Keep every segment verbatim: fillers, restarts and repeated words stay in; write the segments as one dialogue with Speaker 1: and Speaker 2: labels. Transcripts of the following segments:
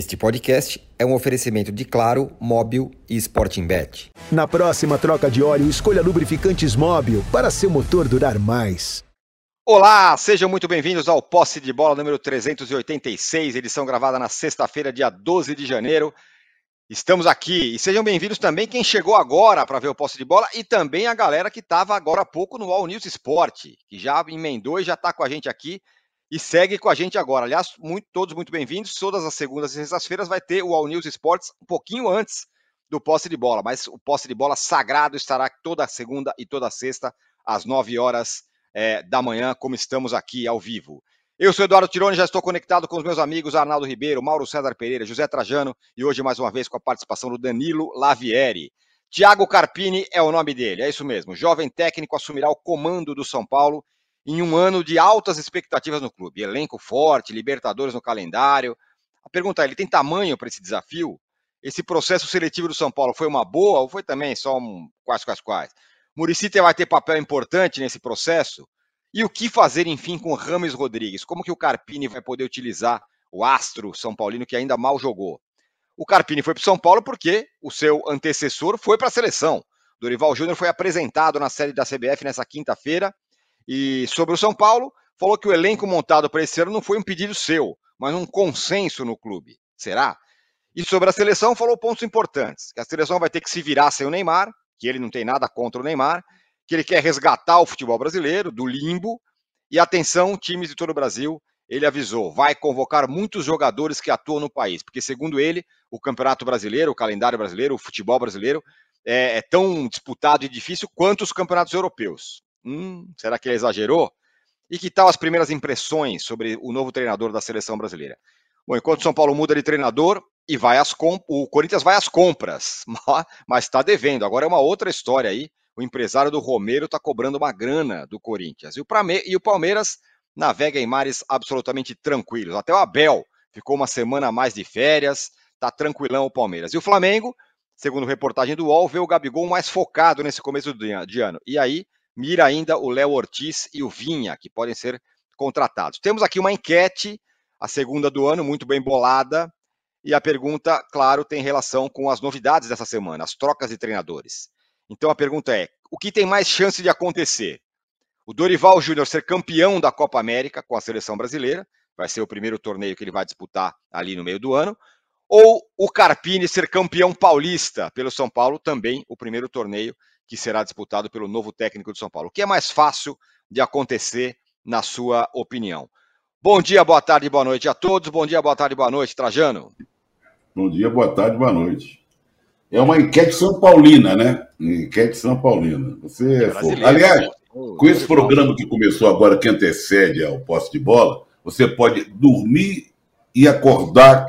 Speaker 1: Este podcast é um oferecimento de Claro, Móbil e Sporting Bet.
Speaker 2: Na próxima troca de óleo, escolha lubrificantes Móbil para seu motor durar mais.
Speaker 3: Olá, sejam muito bem-vindos ao Posse de Bola número trezentos e oitenta e seis, edição gravada na sexta-feira, dia doze de janeiro. Estamos aqui e sejam bem-vindos também quem chegou agora para ver o Posse de Bola e também a galera que estava agora há pouco no All News Sport, que já emendou e já está com a gente aqui e segue com a gente agora. Aliás, muito, todos muito bem-vindos. Todas as segundas e sextas-feiras vai ter o All News Sports um pouquinho antes do Posse de Bola, mas o Posse de Bola sagrado estará toda segunda e toda sexta às nove horas é, da manhã, como estamos aqui ao vivo. Eu sou Eduardo Tironi, já estou conectado com os meus amigos Arnaldo Ribeiro, Mauro César Pereira, José Trajano e hoje mais uma vez com a participação do Danilo Lavieri. Thiago Carpini é o nome dele, é isso mesmo. Jovem técnico assumirá o comando do São Paulo em um ano de altas expectativas no clube. Elenco forte, Libertadores no calendário. A pergunta é, ele tem tamanho para esse desafio? Esse processo seletivo do São Paulo foi uma boa ou foi também só um quais, quais, quais? Muricy vai ter papel importante nesse processo? E o que fazer, enfim, com Rames Rodrigues? Como que o Carpini vai poder utilizar o astro São Paulino que ainda mal jogou? O Carpini foi para o São Paulo porque o seu antecessor foi para a seleção. Dorival Júnior foi apresentado na série da C B F nessa quinta-feira e sobre o São Paulo, falou que o elenco montado para esse ano não foi um pedido seu, mas um consenso no clube. Será? E sobre a seleção, falou pontos importantes, que a seleção vai ter que se virar sem o Neymar, que ele não tem nada contra o Neymar, que ele quer resgatar o futebol brasileiro do limbo, e atenção, times de todo o Brasil, ele avisou, vai convocar muitos jogadores que atuam no país, porque segundo ele, o Campeonato Brasileiro, o calendário brasileiro, o futebol brasileiro, é, é tão disputado e difícil quanto os campeonatos europeus. Hum, será que ele exagerou? E que tal as primeiras impressões sobre o novo treinador da seleção brasileira? Bom, enquanto o São Paulo muda de treinador, e vai às comp... o Corinthians vai às compras, mas está devendo, agora é uma outra história aí. O empresário do Romero está cobrando uma grana do Corinthians. E o, Prame... e o Palmeiras navega em mares absolutamente tranquilos. Até o Abel ficou uma semana a mais de férias. Está tranquilão o Palmeiras. E o Flamengo, segundo reportagem do U O L, vê o Gabigol mais focado nesse começo de ano. E aí, mira ainda o Léo Ortiz e o Vinha, que podem ser contratados. Temos aqui uma enquete, a segunda do ano, muito bem bolada. E a pergunta, claro, tem relação com as novidades dessa semana, as trocas de treinadores. Então a pergunta é, o que tem mais chance de acontecer? O Dorival Júnior ser campeão da Copa América com a seleção brasileira, vai ser o primeiro torneio que ele vai disputar ali no meio do ano, ou o Carpini ser campeão paulista pelo São Paulo, também o primeiro torneio que será disputado pelo novo técnico do São Paulo. O que é mais fácil de acontecer, na sua opinião? Bom dia, boa tarde, boa noite a todos. Bom dia, boa tarde, boa noite, Trajano.
Speaker 4: Bom dia, boa tarde, boa noite. É uma enquete São Paulina, né? Enquete São Paulina. Você é for... Aliás, com esse programa que começou agora, que antecede ao Posse de Bola, você pode dormir e acordar.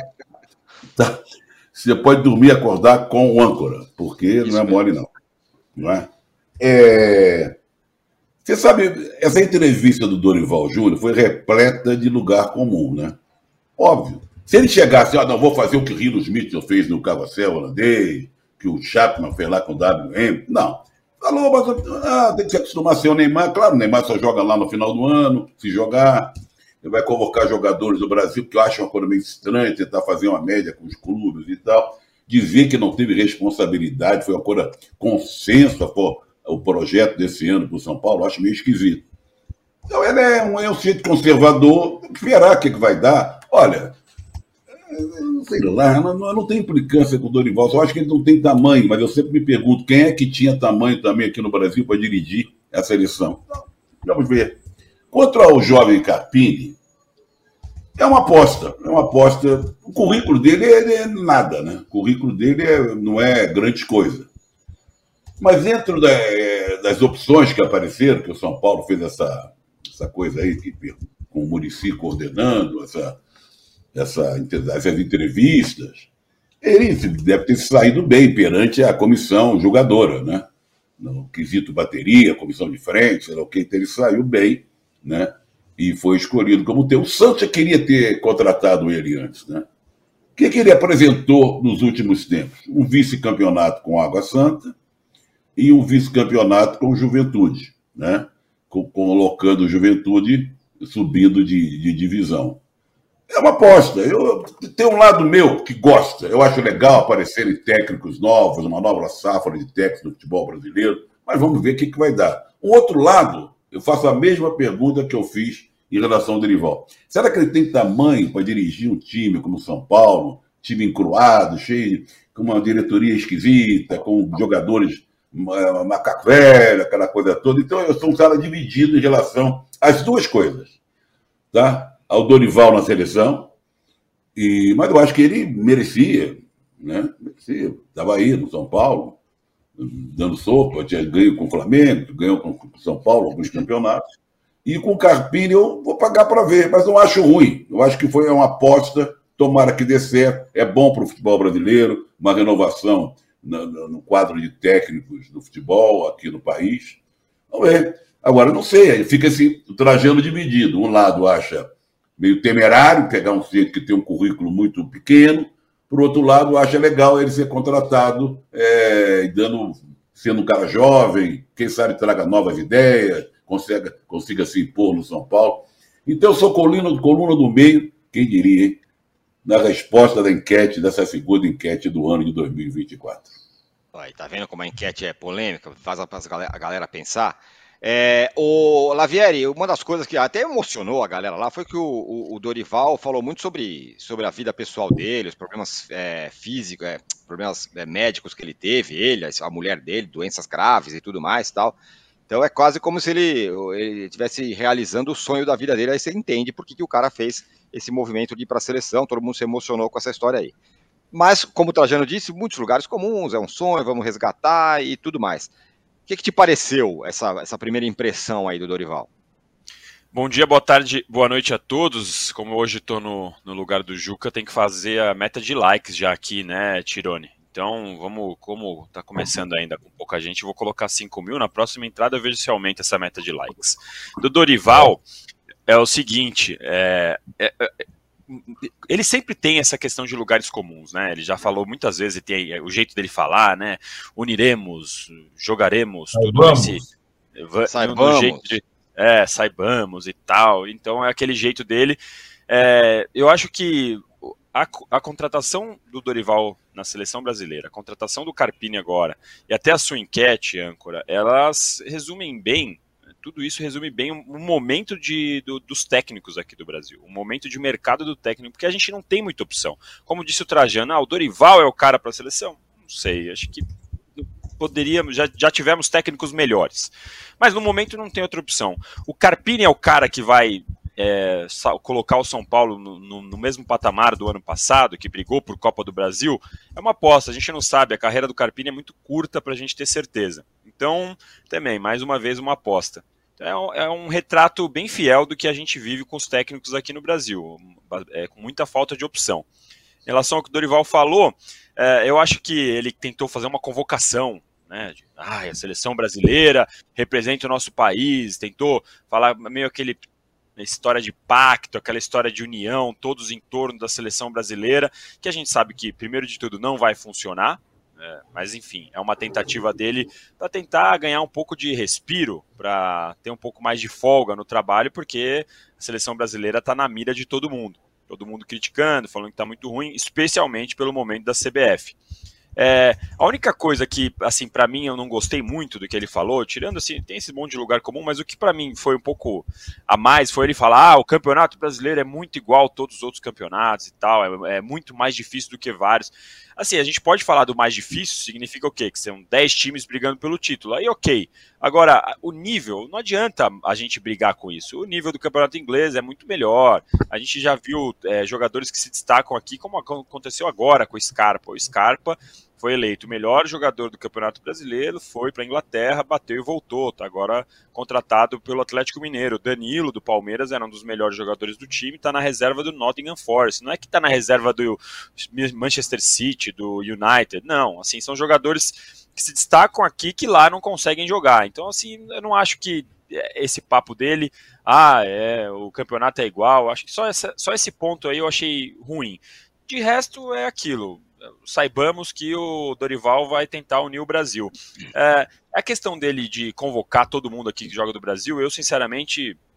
Speaker 4: Tá? Você pode dormir e acordar com o âncora, porque Isso não é mole, não. Não é? É... Você sabe, essa entrevista do Dorival Júnior foi repleta de lugar comum, né? Óbvio. Se ele chegasse, ah, não, vou fazer o que o Rino Smith fez no carrossel holandês, que o Chapman fez lá com o W M, não. Falou, mas ah, tem que se acostumar a ser o Neymar. Claro, o Neymar só joga lá no final do ano, se jogar. Ele vai convocar jogadores do Brasil, que eu acho uma coisa meio estranha, tentar fazer uma média com os clubes e tal. Dizer que não teve responsabilidade, foi uma coisa consenso, pô, o projeto desse ano para o São Paulo, eu acho meio esquisito. Então, ele é um, é um centro conservador, verá o que, que vai dar. Olha, sei lá, não, não tem implicância com o Dorival, eu acho que ele não tem tamanho, mas eu sempre me pergunto quem é que tinha tamanho também aqui no Brasil para dirigir essa eleição. Então, vamos ver. Quanto ao jovem Carpini, é uma aposta, é uma aposta. O currículo dele é, é nada, né? O currículo dele é, não é grande coisa. Mas dentro da, das opções que apareceram, que o São Paulo fez essa, essa coisa aí, que, com o Muricy coordenando, essa, essa, essas entrevistas, ele deve ter saído bem perante a comissão julgadora, né? No quesito bateria, comissão de frente, sei lá o que, então ele saiu bem, né? E foi escolhido como teu. O Santos já queria ter contratado ele antes, né? O que, que ele apresentou nos últimos tempos? Um vice-campeonato com Água Santa e um vice-campeonato com Juventude, né? Colocando o Juventude subindo de, de divisão. É uma aposta. Eu tenho um lado meu que gosta. Eu acho legal aparecerem técnicos novos, uma nova safra de técnicos do futebol brasileiro, mas vamos ver o que, que vai dar. O outro lado, eu faço a mesma pergunta que eu fiz em relação ao Dorival. Será que ele tem tamanho para dirigir um time como o São Paulo, time encruado, cheio, com uma diretoria esquisita, com jogadores macaco velho, aquela coisa toda? Então eu sou um cara dividido em relação às duas coisas, tá? Ao Dorival na seleção, e, mas eu acho que ele merecia, né? Merecia. Estava aí no São Paulo, dando sopa, tinha ganho com o Flamengo, ganhou com o São Paulo alguns campeonatos, e com o Carpini eu vou pagar para ver, mas não acho ruim. Eu acho que foi uma aposta, tomara que dê certo, é bom para o futebol brasileiro, uma renovação no, no quadro de técnicos do futebol aqui no país. Vamos ver. Agora, não sei, aí fica assim, trajando dividido. Um lado acha meio temerário pegar um sujeito que tem um currículo muito pequeno, por outro lado, acha legal ele ser contratado, é, dando, sendo um cara jovem, quem sabe traga novas ideias, consiga, consiga se impor no São Paulo. Então, eu sou coluna, coluna do meio, quem diria, hein? Na resposta da enquete, dessa segunda enquete do ano de dois mil e vinte e quatro.
Speaker 3: Aí, tá vendo como a enquete é polêmica, faz a, a galera pensar? É, o Lavieri, uma das coisas que até emocionou a galera lá foi que o, o, o Dorival falou muito sobre, sobre a vida pessoal dele, os problemas é, físicos, é, problemas é, médicos que ele teve, ele, a mulher dele, doenças graves e tudo mais e tal. Então é quase como se ele estivesse realizando o sonho da vida dele, aí você entende por que, que o cara fez esse movimento de ir para a seleção, todo mundo se emocionou com essa história aí. Mas, como o Trajano disse, muitos lugares comuns, é um sonho, vamos resgatar e tudo mais. O que, que te pareceu essa, essa primeira impressão aí do Dorival?
Speaker 5: Bom dia, boa tarde, boa noite a todos. Como hoje estou no, no lugar do Juca, tem que fazer a meta de likes já aqui, né, Tirone? Então, vamos, como está começando ainda com pouca gente, vou colocar cinco mil. Na próxima entrada eu vejo se aumenta essa meta de likes. Do Dorival, é o seguinte, é, é, é, ele sempre tem essa questão de lugares comuns, né? Ele já falou muitas vezes, e tem o jeito dele falar, né? Uniremos, jogaremos, tudo esse...
Speaker 3: Saibamos.
Speaker 5: Jeito de, é, saibamos e tal. Então é aquele jeito dele. É, eu acho que a, a contratação do Dorival na seleção brasileira, a contratação do Carpini agora, e até a sua enquete, âncora, elas resumem bem, tudo isso resume bem um, um momento de, do, dos técnicos aqui do Brasil, um momento de mercado do técnico, porque a gente não tem muita opção. Como disse o Trajano, ah, o Dorival é o cara para a seleção? Não sei, acho que poderíamos, já, já tivemos técnicos melhores. Mas no momento não tem outra opção. O Carpini é o cara que vai é, colocar o São Paulo no, no, no mesmo patamar do ano passado, que brigou por Copa do Brasil. É uma aposta, a gente não sabe, a carreira do Carpini é muito curta para a gente ter certeza. Então, também, mais uma vez, uma aposta. É um, é um retrato bem fiel do que a gente vive com os técnicos aqui no Brasil, é, com muita falta de opção. Em relação ao que o Dorival falou, é, eu acho que ele tentou fazer uma convocação, né, de, ah, a seleção brasileira representa o nosso país, tentou falar meio aquele história de pacto, aquela história de união, todos em torno da seleção brasileira, que a gente sabe que, primeiro de tudo, não vai funcionar, é, mas enfim, é uma tentativa dele para tentar ganhar um pouco de respiro, para ter um pouco mais de folga no trabalho, porque a seleção brasileira está na mira de todo mundo, todo mundo criticando, falando que está muito ruim, especialmente pelo momento da C B F. É, a única coisa que, assim, para mim eu não gostei muito do que ele falou, tirando assim, tem esse monte de lugar comum, mas o que para mim foi um pouco a mais foi ele falar, ah, o campeonato brasileiro é muito igual a todos os outros campeonatos e tal, é, é muito mais difícil do que vários. Assim, a gente pode falar do mais difícil, significa o quê? Que são dez times brigando pelo título, aí ok. Agora, o nível, não adianta a gente brigar com isso, o nível do campeonato inglês é muito melhor, a gente já viu é, jogadores que se destacam aqui, como aconteceu agora com o Scarpa, o Scarpa foi eleito o melhor jogador do Campeonato Brasileiro, foi para a Inglaterra, bateu e voltou, está agora contratado pelo Atlético Mineiro. Danilo, do Palmeiras, era um dos melhores jogadores do time, está na reserva do Nottingham Forest. Não é que está na reserva do Manchester City, do United, não. Assim, são jogadores que se destacam aqui que lá não conseguem jogar. Então, assim, eu não acho que esse papo dele, ah, é, o campeonato é igual, acho que só, essa, só esse ponto aí eu achei ruim. De resto, é aquilo. Saibamos que o Dorival vai tentar unir o Brasil. É, a questão dele de convocar todo mundo aqui que joga do Brasil, eu sinceramente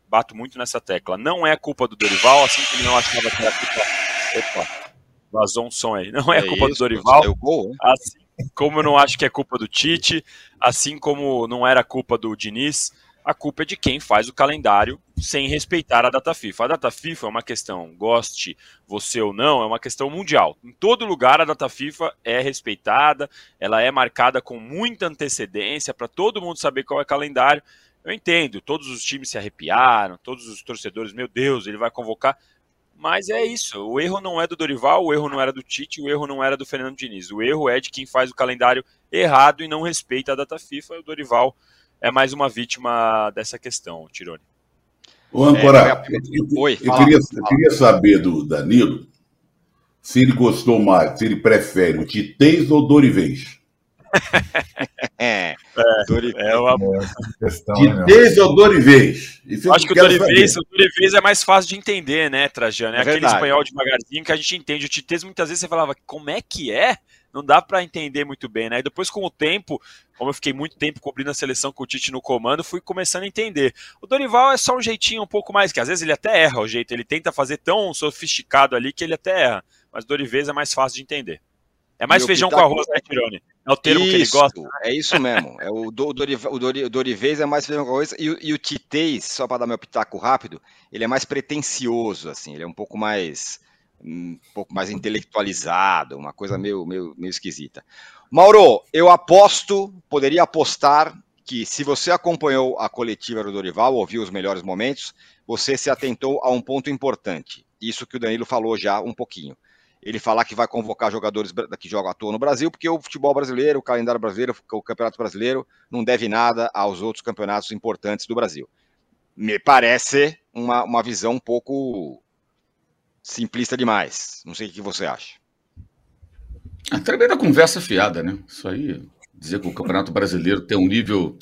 Speaker 5: bato muito nessa tecla. Não é culpa do Dorival, assim como não achava que era culpa... Opa, vazou um som aí. Não é, é culpa isso, do Dorival, é o gol, né? Assim como eu não acho que é culpa do Tite, assim como não era culpa do Diniz, a culpa é de quem faz o calendário sem respeitar a data FIFA. A data FIFA é uma questão, goste você ou não, é uma questão mundial. Em todo lugar a data FIFA é respeitada, ela é marcada com muita antecedência para todo mundo saber qual é o calendário. Eu entendo, todos os times se arrepiaram, todos os torcedores, meu Deus, ele vai convocar. Mas é isso, o erro não é do Dorival, o erro não era do Tite, o erro não era do Fernando Diniz. O erro é de quem faz o calendário errado e não respeita a data FIFA. O Dorival é mais uma vítima dessa questão, Tironi.
Speaker 4: Ô, Ancora, é, eu, Oi, eu, queria, eu queria saber do Danilo se ele gostou mais, se ele prefere o Titez ou o Dorivez.
Speaker 5: é, é uma
Speaker 4: questão. Titez ou Dorivez?
Speaker 5: Acho que o Dorivez, o Dorivez é mais fácil de entender, né, Trajano? É, é aquele verdade. Espanhol devagarzinho que a gente entende. O Titez, muitas vezes você falava, como é que é? Não dá para entender muito bem, né? E depois, com o tempo, como eu fiquei muito tempo cobrindo a seleção com o Tite no comando, fui começando a entender. O Dorival é só um jeitinho um pouco mais, que às vezes ele até erra o jeito, ele tenta fazer tão sofisticado ali que ele até erra. Mas o Dorivez é mais fácil de entender. É mais feijão com arroz, né, Tironi? É o termo isso, que ele gosta.
Speaker 3: É isso mesmo. É o, do, o, Dori, o Dorivez é mais feijão com arroz. E, e o Titez, só para dar meu pitaco rápido, ele é mais pretencioso, assim. Ele é um pouco mais, um pouco mais intelectualizado, uma coisa meio, meio, meio esquisita. Mauro, eu aposto, poderia apostar que se você acompanhou a coletiva do Dorival, ouviu os melhores momentos, você se atentou a um ponto importante. Isso que o Danilo falou já um pouquinho. Ele falar que vai convocar jogadores que jogam à toa no Brasil, porque o futebol brasileiro, o calendário brasileiro, o campeonato brasileiro não deve nada aos outros campeonatos importantes do Brasil. Me parece uma, uma visão um pouco simplista demais. Não sei o que você acha.
Speaker 6: A tremenda conversa fiada, né? Isso aí, dizer que o campeonato brasileiro tem um nível...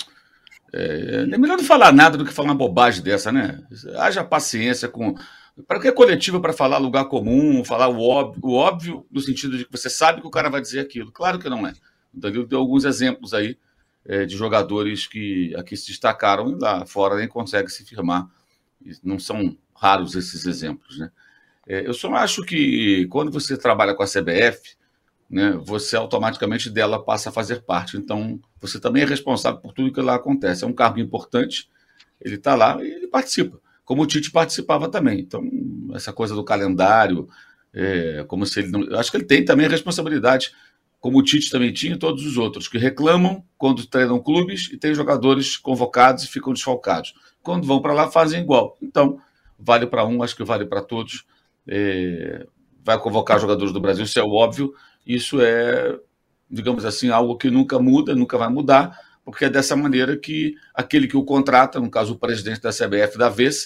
Speaker 6: É, é melhor não falar nada do que falar uma bobagem dessa, né? Haja paciência com... Para que é coletiva para falar lugar comum, falar o óbvio, o óbvio no sentido de que você sabe que o cara vai dizer aquilo. Claro que não é. O Danilo deu alguns exemplos aí é, de jogadores que aqui se destacaram e lá fora nem consegue se firmar. Não são raros esses exemplos, né? É, eu só acho que quando você trabalha com a C B F, né, você automaticamente dela passa a fazer parte. Então, você também é responsável por tudo que lá acontece. É um cargo importante, ele está lá e ele participa. Como o Tite participava também. Então, essa coisa do calendário, é, como se ele não... Eu acho que ele tem também a responsabilidade, como o Tite também tinha, e todos os outros, que reclamam quando treinam clubes e tem jogadores convocados e ficam desfalcados. Quando vão para lá, fazem igual. Então, vale para um, acho que vale para todos. É, vai convocar jogadores do Brasil, isso é óbvio. Isso é, digamos assim, algo que nunca muda, nunca vai mudar, porque é dessa maneira que aquele que o contrata, no caso o presidente da C B F da vez,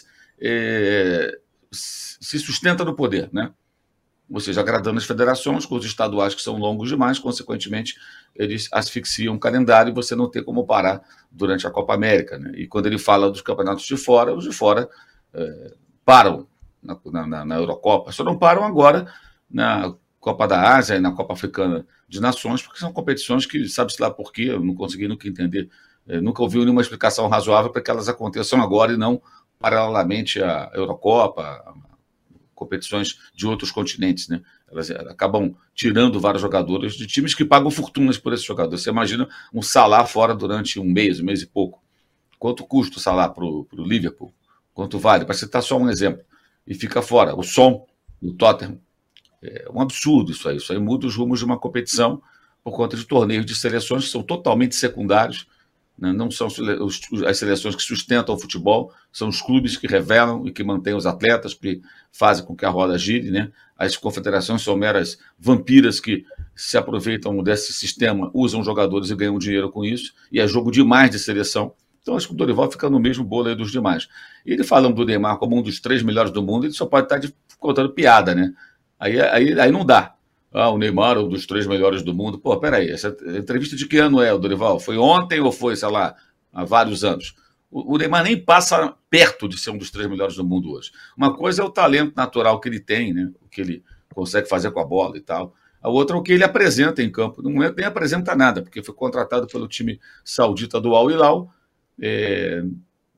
Speaker 6: é, se sustenta no poder, né? Ou seja, agradando as federações, com os estaduais que são longos demais, consequentemente, eles asfixiam o calendário e você não tem como parar durante a Copa América, né? E quando ele fala dos campeonatos de fora, os de fora é, param na, na, na Eurocopa, só não param agora na Copa da Ásia e na Copa Africana de Nações, porque são competições que, sabe-se lá por quê, eu não consegui nunca entender, eu nunca ouvi nenhuma explicação razoável para que elas aconteçam agora e não paralelamente à Eurocopa, a competições de outros continentes, né? Elas acabam tirando vários jogadores de times que pagam fortunas por esses jogadores. Você imagina um Salah fora durante um mês, um mês e pouco. Quanto custa o Salah para o Liverpool? Quanto vale? Para citar só um exemplo. E fica fora. O Son, do Tottenham. É um absurdo isso aí. Isso aí muda os rumos de uma competição por conta de torneios de seleções que são totalmente secundários, né? Não são as seleções que sustentam o futebol, são os clubes que revelam e que mantêm os atletas, que fazem com que a roda gire, né? As confederações são meras vampiras que se aproveitam desse sistema, usam jogadores e ganham dinheiro com isso, e é jogo demais de seleção. Então acho que o Dorival fica no mesmo bolo aí dos demais. E ele falando do Neymar como um dos três melhores do mundo, ele só pode estar contando piada, né? Aí, aí, aí não dá. Ah, o Neymar é um dos três melhores do mundo. Pô, peraí, essa entrevista de que ano é, o Dorival? Foi ontem ou foi, sei lá, há vários anos? O, o Neymar nem passa perto de ser um dos três melhores do mundo hoje. Uma coisa é o talento natural que ele tem, né? O que ele consegue fazer com a bola e tal. A outra é o que ele apresenta em campo. No momento nem apresenta nada, porque foi contratado pelo time saudita do Al Hilal, é,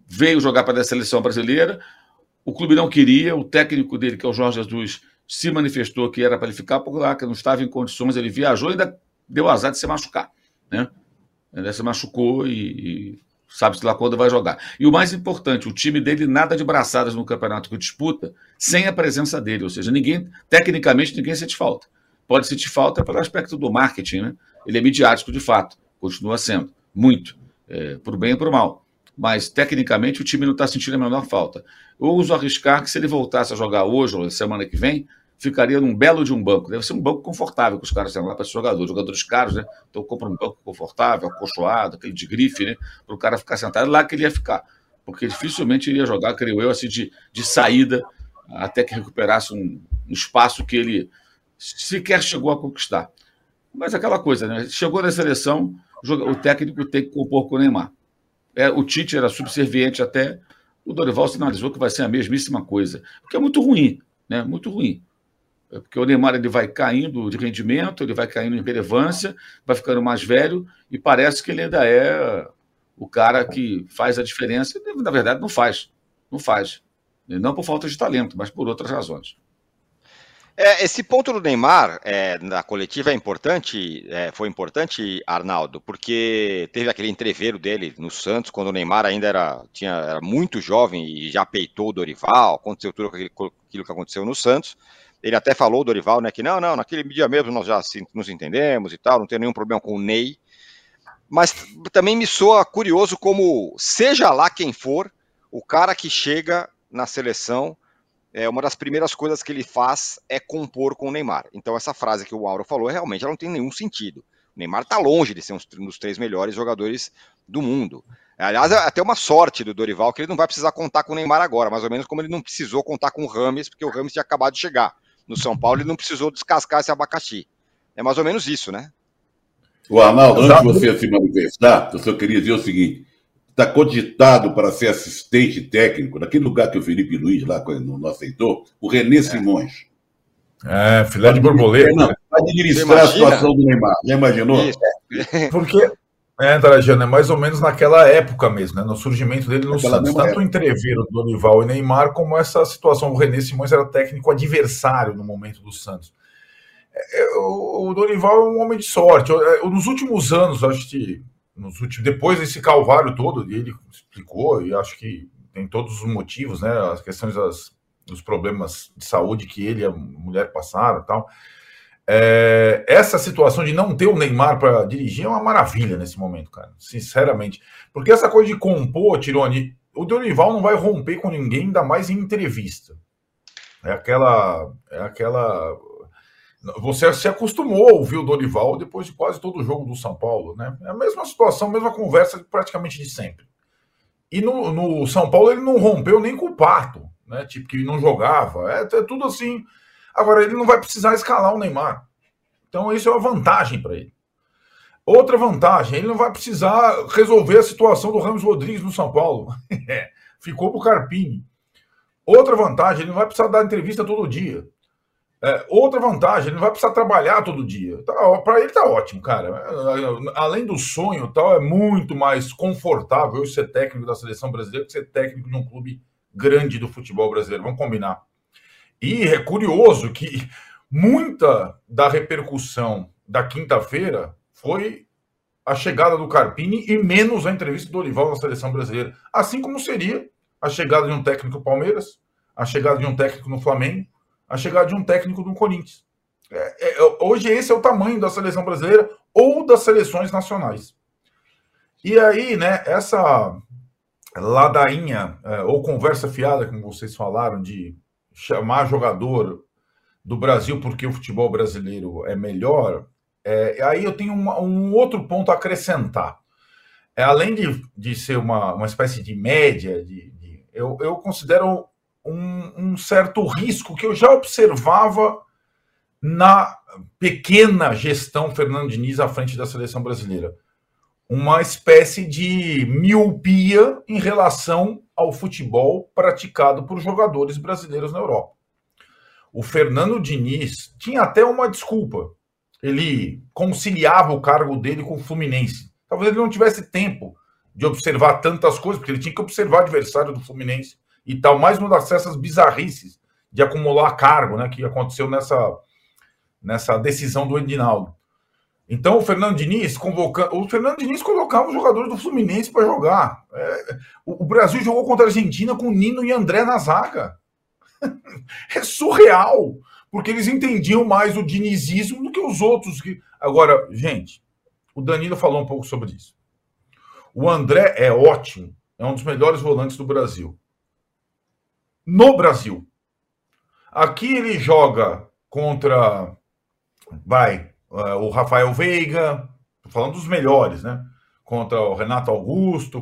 Speaker 6: veio jogar para a seleção brasileira, o clube não queria, o técnico dele, que é o Jorge Jesus, se manifestou que era para ele ficar por lá, que não estava em condições, ele viajou e ainda deu azar de se machucar, né? Ele se machucou e, e sabe-se lá quando vai jogar. E o mais importante, o time dele nada de braçadas no campeonato que disputa sem a presença dele, ou seja, ninguém, tecnicamente ninguém sente falta. Pode sentir falta pelo aspecto do marketing, né? Ele é midiático de fato, continua sendo, muito, é, por bem e por mal. Mas, tecnicamente, o time não está sentindo a menor falta. Eu uso arriscar que se ele voltasse a jogar hoje ou semana que vem, ficaria num belo de um banco. Deve ser um banco confortável que os caras têm lá para esse jogador. Jogadores caros, né? Então compra um banco confortável, acolchoado, aquele de grife, né? Para o cara ficar sentado. Lá que ele ia ficar. Porque dificilmente iria jogar, creio eu, assim, de, de saída, até que recuperasse um, um espaço que ele sequer chegou a conquistar. Mas aquela coisa, né? Chegou na seleção, o técnico tem que compor com o Neymar. É, o Tite era subserviente até, o Dorival sinalizou que vai ser a mesmíssima coisa, o que é muito ruim, né? Muito ruim. É porque o Neymar ele vai caindo de rendimento, ele vai caindo em relevância, vai ficando mais velho e parece que ele ainda é o cara que faz a diferença. E, na verdade, não faz. Não faz. Não por falta de talento, mas por outras razões.
Speaker 3: É, esse ponto do Neymar é, na coletiva é importante, é, foi importante, Arnaldo, porque teve aquele entreveiro dele no Santos, quando o Neymar ainda era, tinha, era muito jovem e já peitou o Dorival, aconteceu tudo aquilo, aquilo que aconteceu no Santos. Ele até falou, o Dorival, né, que não, não, naquele dia mesmo nós já nos entendemos e tal, não tem nenhum problema com o Ney. Mas também me soa curioso como, seja lá quem for, o cara que chega na seleção, é, uma das primeiras coisas que ele faz é compor com o Neymar. Então essa frase que o Auro falou, realmente ela não tem nenhum sentido. O Neymar está longe de ser um dos três melhores jogadores do mundo. Aliás, é até uma sorte do Dorival que ele não vai precisar contar com o Neymar agora, mais ou menos como ele não precisou contar com o Rames, porque o Rames tinha acabado de chegar no São Paulo e não precisou descascar esse abacaxi. É mais ou menos isso, né?
Speaker 4: O Arnaldo, antes de você se manifestar, eu só queria dizer o seguinte: está cogitado para ser assistente técnico, naquele lugar que o Felipe Luiz lá não aceitou, o René é. Simões.
Speaker 7: É, filé de borboleta.
Speaker 4: Não, para administrar a situação do Neymar. Já imaginou? Isso.
Speaker 7: Porque, é, Trajano, é mais ou menos naquela época mesmo, né? No surgimento dele no Naquela Santos. Tanto o entreveiro do Dorival e Neymar, como essa situação. O René Simões era técnico adversário no momento do Santos. O Dorival é um homem de sorte. Nos últimos anos, acho que nos últimos, depois desse calvário todo, ele explicou, e acho que tem todos os motivos, né? As questões das, dos problemas de saúde que ele e a mulher passaram e tal. É, essa situação de não ter o Neymar para dirigir é uma maravilha nesse momento, cara. Sinceramente. Porque essa coisa de compor, Tironi, o Dorival não vai romper com ninguém, ainda mais em entrevista. É aquela. É aquela. Você se acostumou a ouvir o Dorival depois de quase todo o jogo do São Paulo, né? É a mesma situação, a mesma conversa praticamente de sempre. E no, no São Paulo ele não rompeu nem com o Pato, né? Tipo, que não jogava. É, é tudo assim. Agora, ele não vai precisar escalar o Neymar. Então, isso é uma vantagem para ele. Outra vantagem, ele não vai precisar resolver a situação do Ramos Rodrigues no São Paulo. Ficou pro Carpini. Outra vantagem, ele não vai precisar dar entrevista todo dia. É, outra vantagem, ele não vai precisar trabalhar todo dia. Tá, para ele tá ótimo, cara. Além do sonho, tal, é muito mais confortável eu ser técnico da seleção brasileira que ser técnico de um clube grande do futebol brasileiro. Vamos combinar. E é curioso que muita da repercussão da quinta-feira foi a chegada do Carpini e menos a entrevista do Dorival na seleção brasileira. Assim como seria a chegada de um técnico do Palmeiras, a chegada de um técnico no Flamengo, a chegada de um técnico do Corinthians. É, é, hoje esse é o tamanho da seleção brasileira ou das seleções nacionais. E aí, né, essa ladainha é, ou conversa fiada, como vocês falaram, de chamar jogador do Brasil porque o futebol brasileiro é melhor, é, aí eu tenho uma, um outro ponto a acrescentar. É, além de, de ser uma, uma espécie de média, de, de, eu, eu considero um, um certo risco que eu já observava na pequena gestão Fernando Diniz à frente da seleção brasileira. Uma espécie de miopia em relação ao futebol praticado por jogadores brasileiros na Europa. O Fernando Diniz tinha até uma desculpa. Ele conciliava o cargo dele com o Fluminense. Talvez ele não tivesse tempo de observar tantas coisas, porque ele tinha que observar o adversário do Fluminense e tal, mais uma dessas bizarrices de acumular cargo, né, que aconteceu nessa, nessa decisão do Edinaldo. Então o Fernando Diniz convoca... o Fernando Diniz colocava os jogadores do Fluminense para jogar. É... O Brasil jogou contra a Argentina com Nino e André na zaga. É surreal, porque eles entendiam mais o dinizismo do que os outros. Agora, gente, o Danilo falou um pouco sobre isso. O André é ótimo, é um dos melhores volantes do Brasil. No Brasil. Aqui ele joga contra, vai, o Rafael Veiga, tô falando dos melhores, né? Contra o Renato Augusto.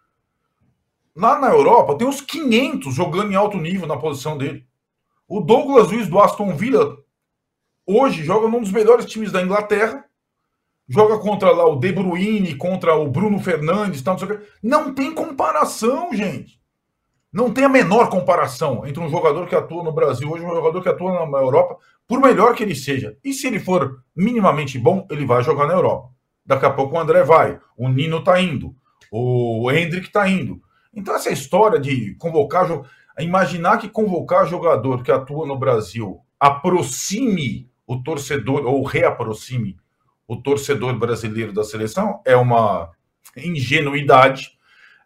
Speaker 7: Lá na Europa tem uns quinhentos jogando em alto nível na posição dele. O Douglas Luiz do Aston Villa hoje joga num dos melhores times da Inglaterra. Joga contra lá o De Bruyne, contra o Bruno Fernandes, tal, não sei o quê. Não tem comparação, gente. Não tem a menor comparação entre um jogador que atua no Brasil hoje e um jogador que atua na Europa, por melhor que ele seja. E se ele for minimamente bom, ele vai jogar na Europa. Daqui a pouco o André vai, o Nino tá indo, o Hendrick tá indo. Então essa história de convocar, imaginar que convocar jogador que atua no Brasil aproxime o torcedor, ou reaproxime o torcedor brasileiro da seleção, é uma ingenuidade.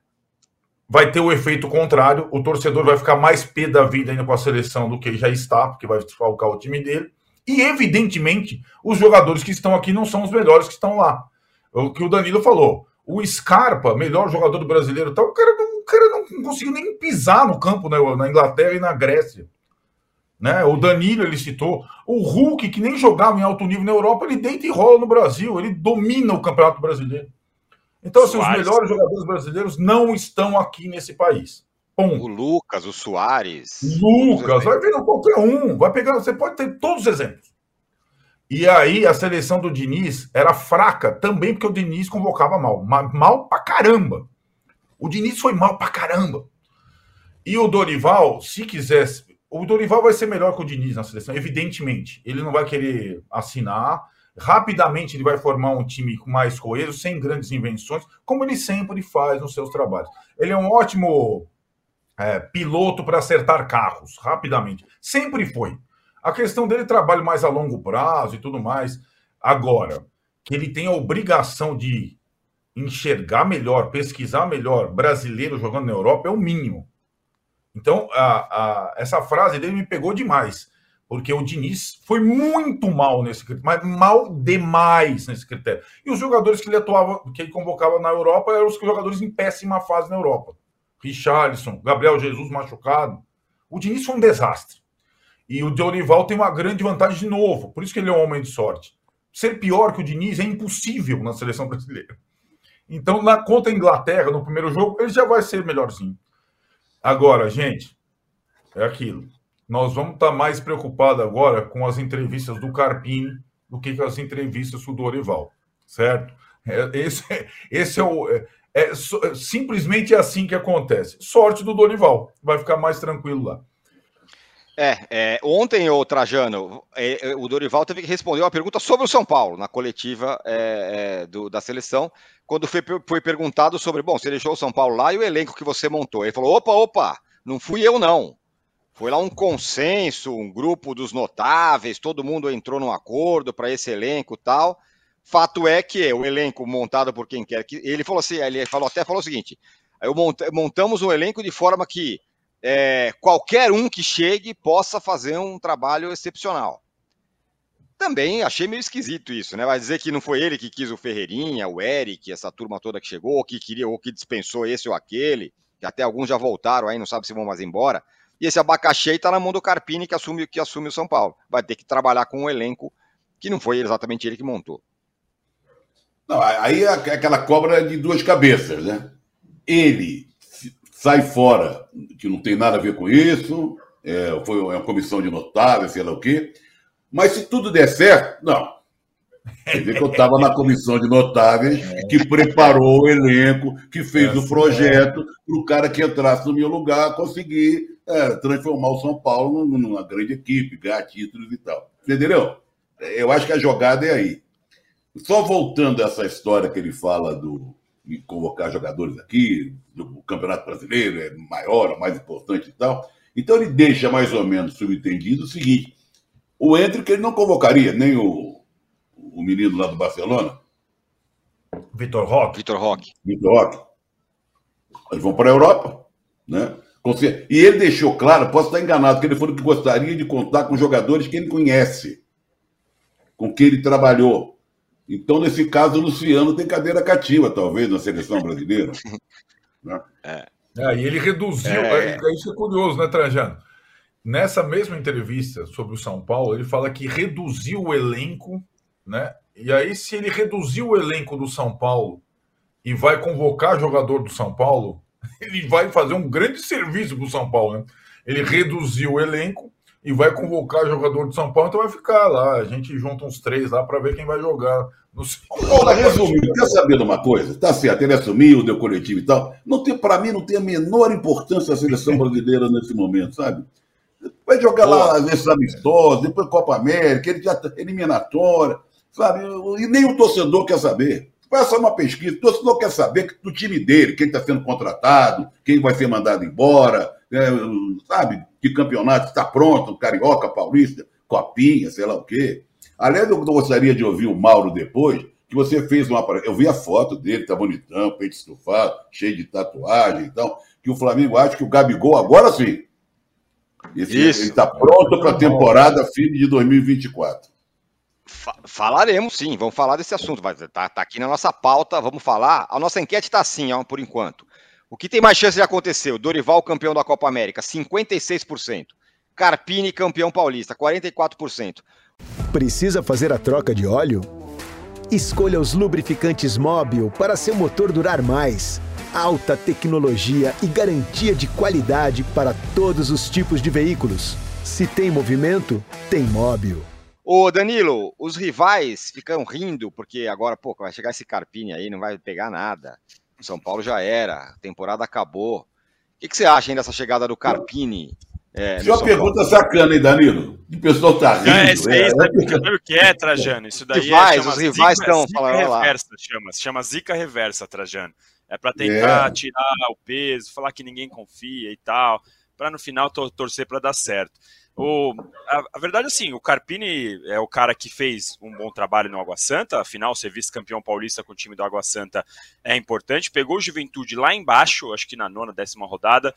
Speaker 7: Vai ter o efeito contrário, o torcedor vai ficar mais pé da vida ainda com a seleção do que já está, porque vai desfalcar o time dele. E, evidentemente, os jogadores que estão aqui não são os melhores que estão lá. O que o Danilo falou. O Scarpa, melhor jogador do brasileiro, tá, o cara não, o cara não conseguiu nem pisar no campo, né, na Inglaterra e na Grécia. Né? O Danilo, ele citou. O Hulk, que nem jogava em alto nível na Europa, ele deita e rola no Brasil. Ele domina o Campeonato Brasileiro. Então, assim, os melhores jogadores brasileiros não estão aqui nesse país. Ponto.
Speaker 3: O Lucas, o Soares.
Speaker 7: Lucas, vai vendo qualquer um. Vai pegar, você pode ter todos os exemplos. E aí, a seleção do Diniz era fraca também, porque o Diniz convocava mal. Mal pra caramba. O Diniz foi mal pra caramba. E o Dorival, se quisesse... O Dorival vai ser melhor que o Diniz na seleção, evidentemente. Ele não vai querer assinar. Rapidamente ele vai formar um time mais coeso, sem grandes invenções, como ele sempre faz nos seus trabalhos. Ele é um ótimo é, piloto para acertar carros, rapidamente. Sempre foi. A questão dele é trabalho mais a longo prazo e tudo mais. Agora, que ele tem a obrigação de enxergar melhor, pesquisar melhor brasileiro jogando na Europa é o mínimo. Então, a, a, essa frase dele me pegou demais, porque o Diniz foi muito mal nesse critério, mas mal demais nesse critério. E os jogadores que ele atuava, que ele convocava na Europa, eram os jogadores em péssima fase na Europa. Richarlison, Gabriel Jesus machucado. O Diniz foi um desastre. E o Dorival tem uma grande vantagem de novo, por isso que ele é um homem de sorte. Ser pior que o Diniz é impossível na seleção brasileira. Então, na contra a Inglaterra, no primeiro jogo, ele já vai ser melhorzinho. Agora, gente, é aquilo. Nós vamos estar mais preocupados agora com as entrevistas do Carpini do que com as entrevistas do Dorival, certo? É, esse, esse é o... É, é, é, simplesmente é assim que acontece. Sorte do Dorival. Vai ficar mais tranquilo lá.
Speaker 3: É, é ontem, o Trajano, é, o Dorival teve que responder uma pergunta sobre o São Paulo, na coletiva é, é, do, da seleção, quando foi, foi perguntado sobre, bom, você deixou o São Paulo lá e o elenco que você montou. Ele falou, opa, opa, não fui eu não. Foi lá um consenso, um grupo dos notáveis, todo mundo entrou num acordo para esse elenco e tal. Fato é que o elenco montado por quem quer que... Ele falou assim, ele falou, até falou o seguinte, eu mont, montamos um elenco de forma que É, qualquer um que chegue possa fazer um trabalho excepcional. Também achei meio esquisito isso, né? Vai dizer que não foi ele que quis o Ferreirinha, o Eric, essa turma toda que chegou, ou que queria, ou que dispensou esse ou aquele, que até alguns já voltaram aí, não sabe se vão mais embora. E esse abacaxi está na mão do Carpini, que assume, que assume o São Paulo. Vai ter que trabalhar com um elenco que não foi exatamente ele que montou.
Speaker 4: Não, aí é aquela cobra de duas cabeças, né? Ele sai fora, que não tem nada a ver com isso, é, foi uma comissão de notáveis, sei lá o quê. Mas se tudo der certo, não. Quer dizer que eu estava na comissão de notáveis, que preparou o elenco, que fez é, o projeto para o cara que entrasse no meu lugar conseguir é, transformar o São Paulo numa grande equipe, ganhar títulos e tal. Entendeu? Eu acho que a jogada é aí. Só voltando a essa história que ele fala do, e convocar jogadores aqui, o Campeonato Brasileiro é maior, é mais importante e tal. Então ele deixa mais ou menos subentendido o seguinte: o Endrick ele não convocaria nem o, o menino lá do Barcelona,
Speaker 7: Vitor Roque.
Speaker 3: Vitor Roque.
Speaker 4: Vitor Roque. Eles vão para a Europa, né? E ele deixou claro, posso estar enganado, que ele falou que gostaria de contar com jogadores que ele conhece, com quem ele trabalhou. Então, nesse caso, o Luciano tem cadeira cativa, talvez, na seleção brasileira. Né?
Speaker 7: É. É, e ele reduziu. É... Isso é curioso, né, Trajano? Nessa mesma entrevista sobre o São Paulo, ele fala que reduziu o elenco, né? E aí, se ele reduziu o elenco do São Paulo e vai convocar jogador do São Paulo, ele vai fazer um grande serviço para o São Paulo, né? Ele reduziu o elenco e vai convocar jogador do São Paulo, então vai ficar lá. A gente junta uns três lá para ver quem vai jogar no São Paulo.
Speaker 4: Resumindo, quer saber de uma coisa? Tá certo, ele assumiu, deu coletivo e tal. Não tem, para mim, não tem a menor importância a seleção brasileira nesse momento, sabe? Vai jogar lá nesses amistosos, depois Copa América, ele já tá eliminatória, sabe? E nem o torcedor quer saber. Faça uma pesquisa, o torcedor quer saber do time dele, quem está sendo contratado, quem vai ser mandado embora, é, sabe? Que campeonato está pronto, Carioca, Paulista, Copinha, sei lá o quê. Aliás, eu gostaria de ouvir o Mauro depois, que você fez uma... Eu vi a foto dele, tá bonitão, peito estufado, cheio de tatuagem e tal, que o Flamengo acha que o Gabigol, agora sim, esse, ele está pronto para a temporada fim de dois mil e vinte e quatro.
Speaker 3: Falaremos sim, vamos falar desse assunto, vai tá, tá aqui na nossa pauta, vamos falar. A nossa enquete está assim, ó, por enquanto. O que tem mais chance de acontecer? O Dorival campeão da Copa América, cinquenta e seis por cento. Carpini campeão paulista, quarenta e quatro por cento.
Speaker 2: Precisa fazer a troca de óleo? Escolha os lubrificantes Mobil para seu motor durar mais. Alta tecnologia e garantia de qualidade para todos os tipos de veículos. Se tem movimento, tem Mobil.
Speaker 3: Ô Danilo, os rivais ficam rindo, porque agora, pô, vai chegar esse Carpini aí, não vai pegar nada. O São Paulo já era, a temporada acabou. O que, que você acha aí dessa chegada do Carpini? É,
Speaker 4: Isso é uma pergunta sacana, hein, Danilo? O pessoal tá rindo.
Speaker 5: É, isso aí, é, sabe, é... sabe o que é, Trajano? Isso daí
Speaker 3: rivais,
Speaker 5: é, chama
Speaker 3: os rivais
Speaker 5: zica,
Speaker 3: estão
Speaker 5: zica
Speaker 3: falando
Speaker 5: reversa, lá. Chama, se chama zica reversa, Trajano. É para tentar é. tirar o peso, falar que ninguém confia e tal, para no final tor torcer para dar certo. O, a, a verdade é assim, o Carpini é o cara que fez um bom trabalho no Água Santa, afinal ser vice-campeão paulista com o time do Água Santa é importante, pegou o Juventude lá embaixo, acho que na nona, décima rodada,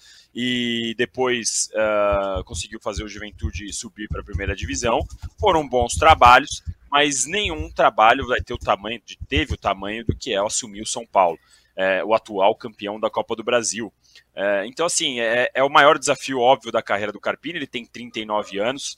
Speaker 5: e depois uh, conseguiu fazer o Juventude subir para a primeira divisão. Foram bons trabalhos, mas nenhum trabalho vai ter o tamanho, teve o tamanho do que é assumir o São Paulo, é, o atual campeão da Copa do Brasil. É, então, assim, é, é o maior desafio óbvio da carreira do Carpini. Ele tem trinta e nove anos.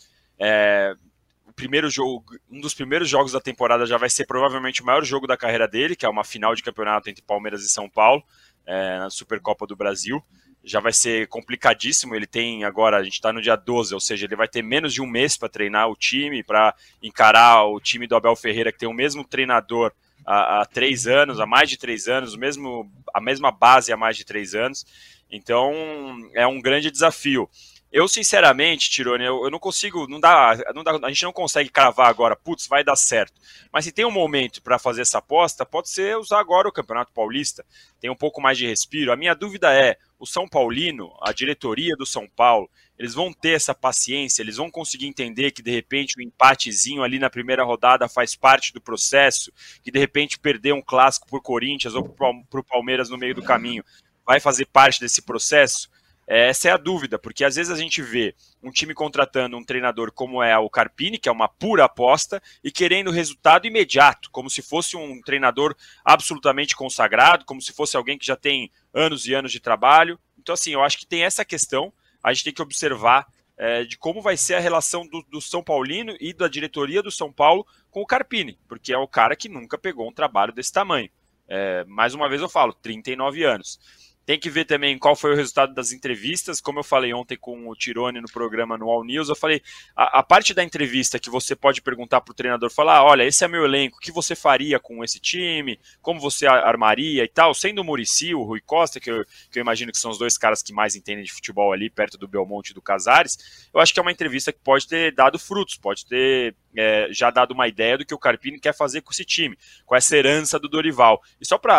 Speaker 5: É, o primeiro jogo, um dos primeiros jogos da temporada já vai ser provavelmente o maior jogo da carreira dele, que é uma final de campeonato entre Palmeiras e São Paulo, é, na Supercopa do Brasil. Já vai ser complicadíssimo. Ele tem agora, a gente está no dia doze, ou seja, ele vai ter menos de um mês para treinar o time, para encarar o time do Abel Ferreira, que tem o mesmo treinador há, há três anos, há mais de três anos, o mesmo, a mesma base há mais de três anos. Então, é um grande desafio. Eu, sinceramente, Tirone, eu, eu não consigo, não dá, não dá, a gente não consegue cravar agora, putz, vai dar certo. Mas se tem um momento para fazer essa aposta, pode ser usar agora o Campeonato Paulista, tem um pouco mais de respiro. A minha dúvida é, o São Paulino, a diretoria do São Paulo, eles vão ter essa paciência, eles vão conseguir entender que, de repente, o empatezinho ali na primeira rodada faz parte do processo, que, de repente, perder um clássico por Corinthians ou para o Palmeiras no meio do caminho vai fazer parte desse processo? Essa é a dúvida, porque às vezes a gente vê um time contratando um treinador como é o Carpini, que é uma pura aposta, e querendo resultado imediato, como se fosse um treinador absolutamente consagrado, como se fosse alguém que já tem anos e anos de trabalho. Então, assim, eu acho que tem essa questão, a gente tem que observar é, de como vai ser a relação do, do São Paulino e da diretoria do São Paulo com o Carpini, porque é o cara que nunca pegou um trabalho desse tamanho. É, mais uma vez eu falo, trinta e nove anos. Tem que ver também qual foi o resultado das entrevistas. Como eu falei ontem com o Tirone no programa no All News, eu falei, a, a parte da entrevista que você pode perguntar para o treinador, falar, olha, esse é meu elenco, o que você faria com esse time, como você armaria e tal, sendo o Muricy, o Rui Costa, que eu, que eu imagino que são os dois caras que mais entendem de futebol ali, perto do Belmonte e do Casares, eu acho que é uma entrevista que pode ter dado frutos, pode ter é, já dado uma ideia do que o Carpini quer fazer com esse time, com essa herança do Dorival. E só para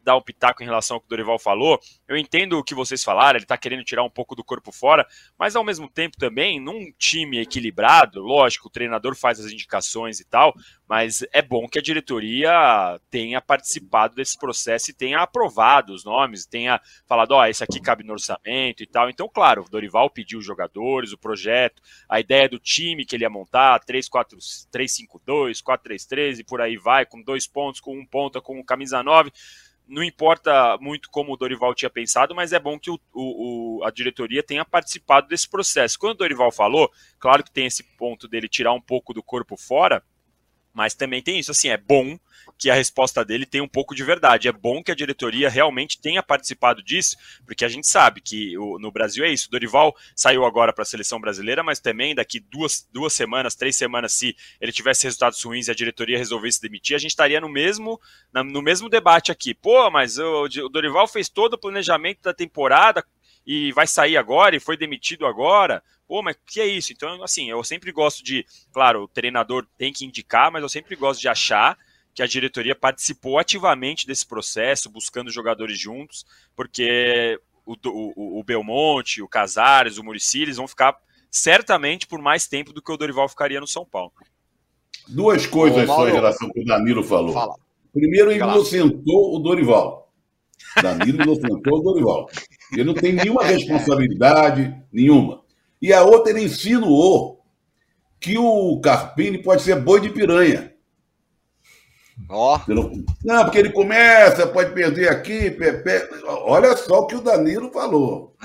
Speaker 5: dar um pitaco em relação ao que o Dorival falou. Eu entendo o que vocês falaram, ele está querendo tirar um pouco do corpo fora, mas ao mesmo tempo também, num time equilibrado, lógico, o treinador faz as indicações e tal, mas é bom que a diretoria tenha participado desse processo e tenha aprovado os nomes, tenha falado, ó, oh, esse aqui cabe no orçamento e tal. Então, claro, o Dorival pediu os jogadores, o projeto, a ideia do time que ele ia montar, três quatro três cinco dois, quatro três três e por aí vai, com dois pontos, com um ponta, com camisa nove. Não importa muito como o Dorival tinha pensado, mas é bom que o, o, a diretoria tenha participado desse processo. Quando o Dorival falou, claro que tem esse ponto dele tirar um pouco do corpo fora, mas também tem isso, assim, é bom que a resposta dele tenha um pouco de verdade, é bom que a diretoria realmente tenha participado disso, porque a gente sabe que o, no Brasil é isso, o Dorival saiu agora para a seleção brasileira, mas também daqui duas, duas semanas, três semanas, se ele tivesse resultados ruins e a diretoria resolvesse demitir, a gente estaria no mesmo, na, no mesmo debate aqui. Pô, mas o, o Dorival fez todo o planejamento da temporada e vai sair agora e foi demitido agora. Pô, mas que é isso? Então, assim, eu sempre gosto de... Claro, o treinador tem que indicar, mas eu sempre gosto de achar que a diretoria participou ativamente desse processo, buscando jogadores juntos, porque o, o, o Belmonte, o Casares, o Muricy, eles vão ficar certamente por mais tempo do que o Dorival ficaria no São Paulo.
Speaker 4: Duas coisas só em relação ao que o Danilo falou. Fala. Primeiro, inocentou o Dorival. Danilo inocentou o Dorival. Ele não tem nenhuma responsabilidade, nenhuma. E a outra, ele insinuou que o Carpini pode ser boi de piranha.
Speaker 3: Ó.
Speaker 4: Oh. Não, porque ele começa, pode perder aqui, pepe... Olha só o que o Danilo falou.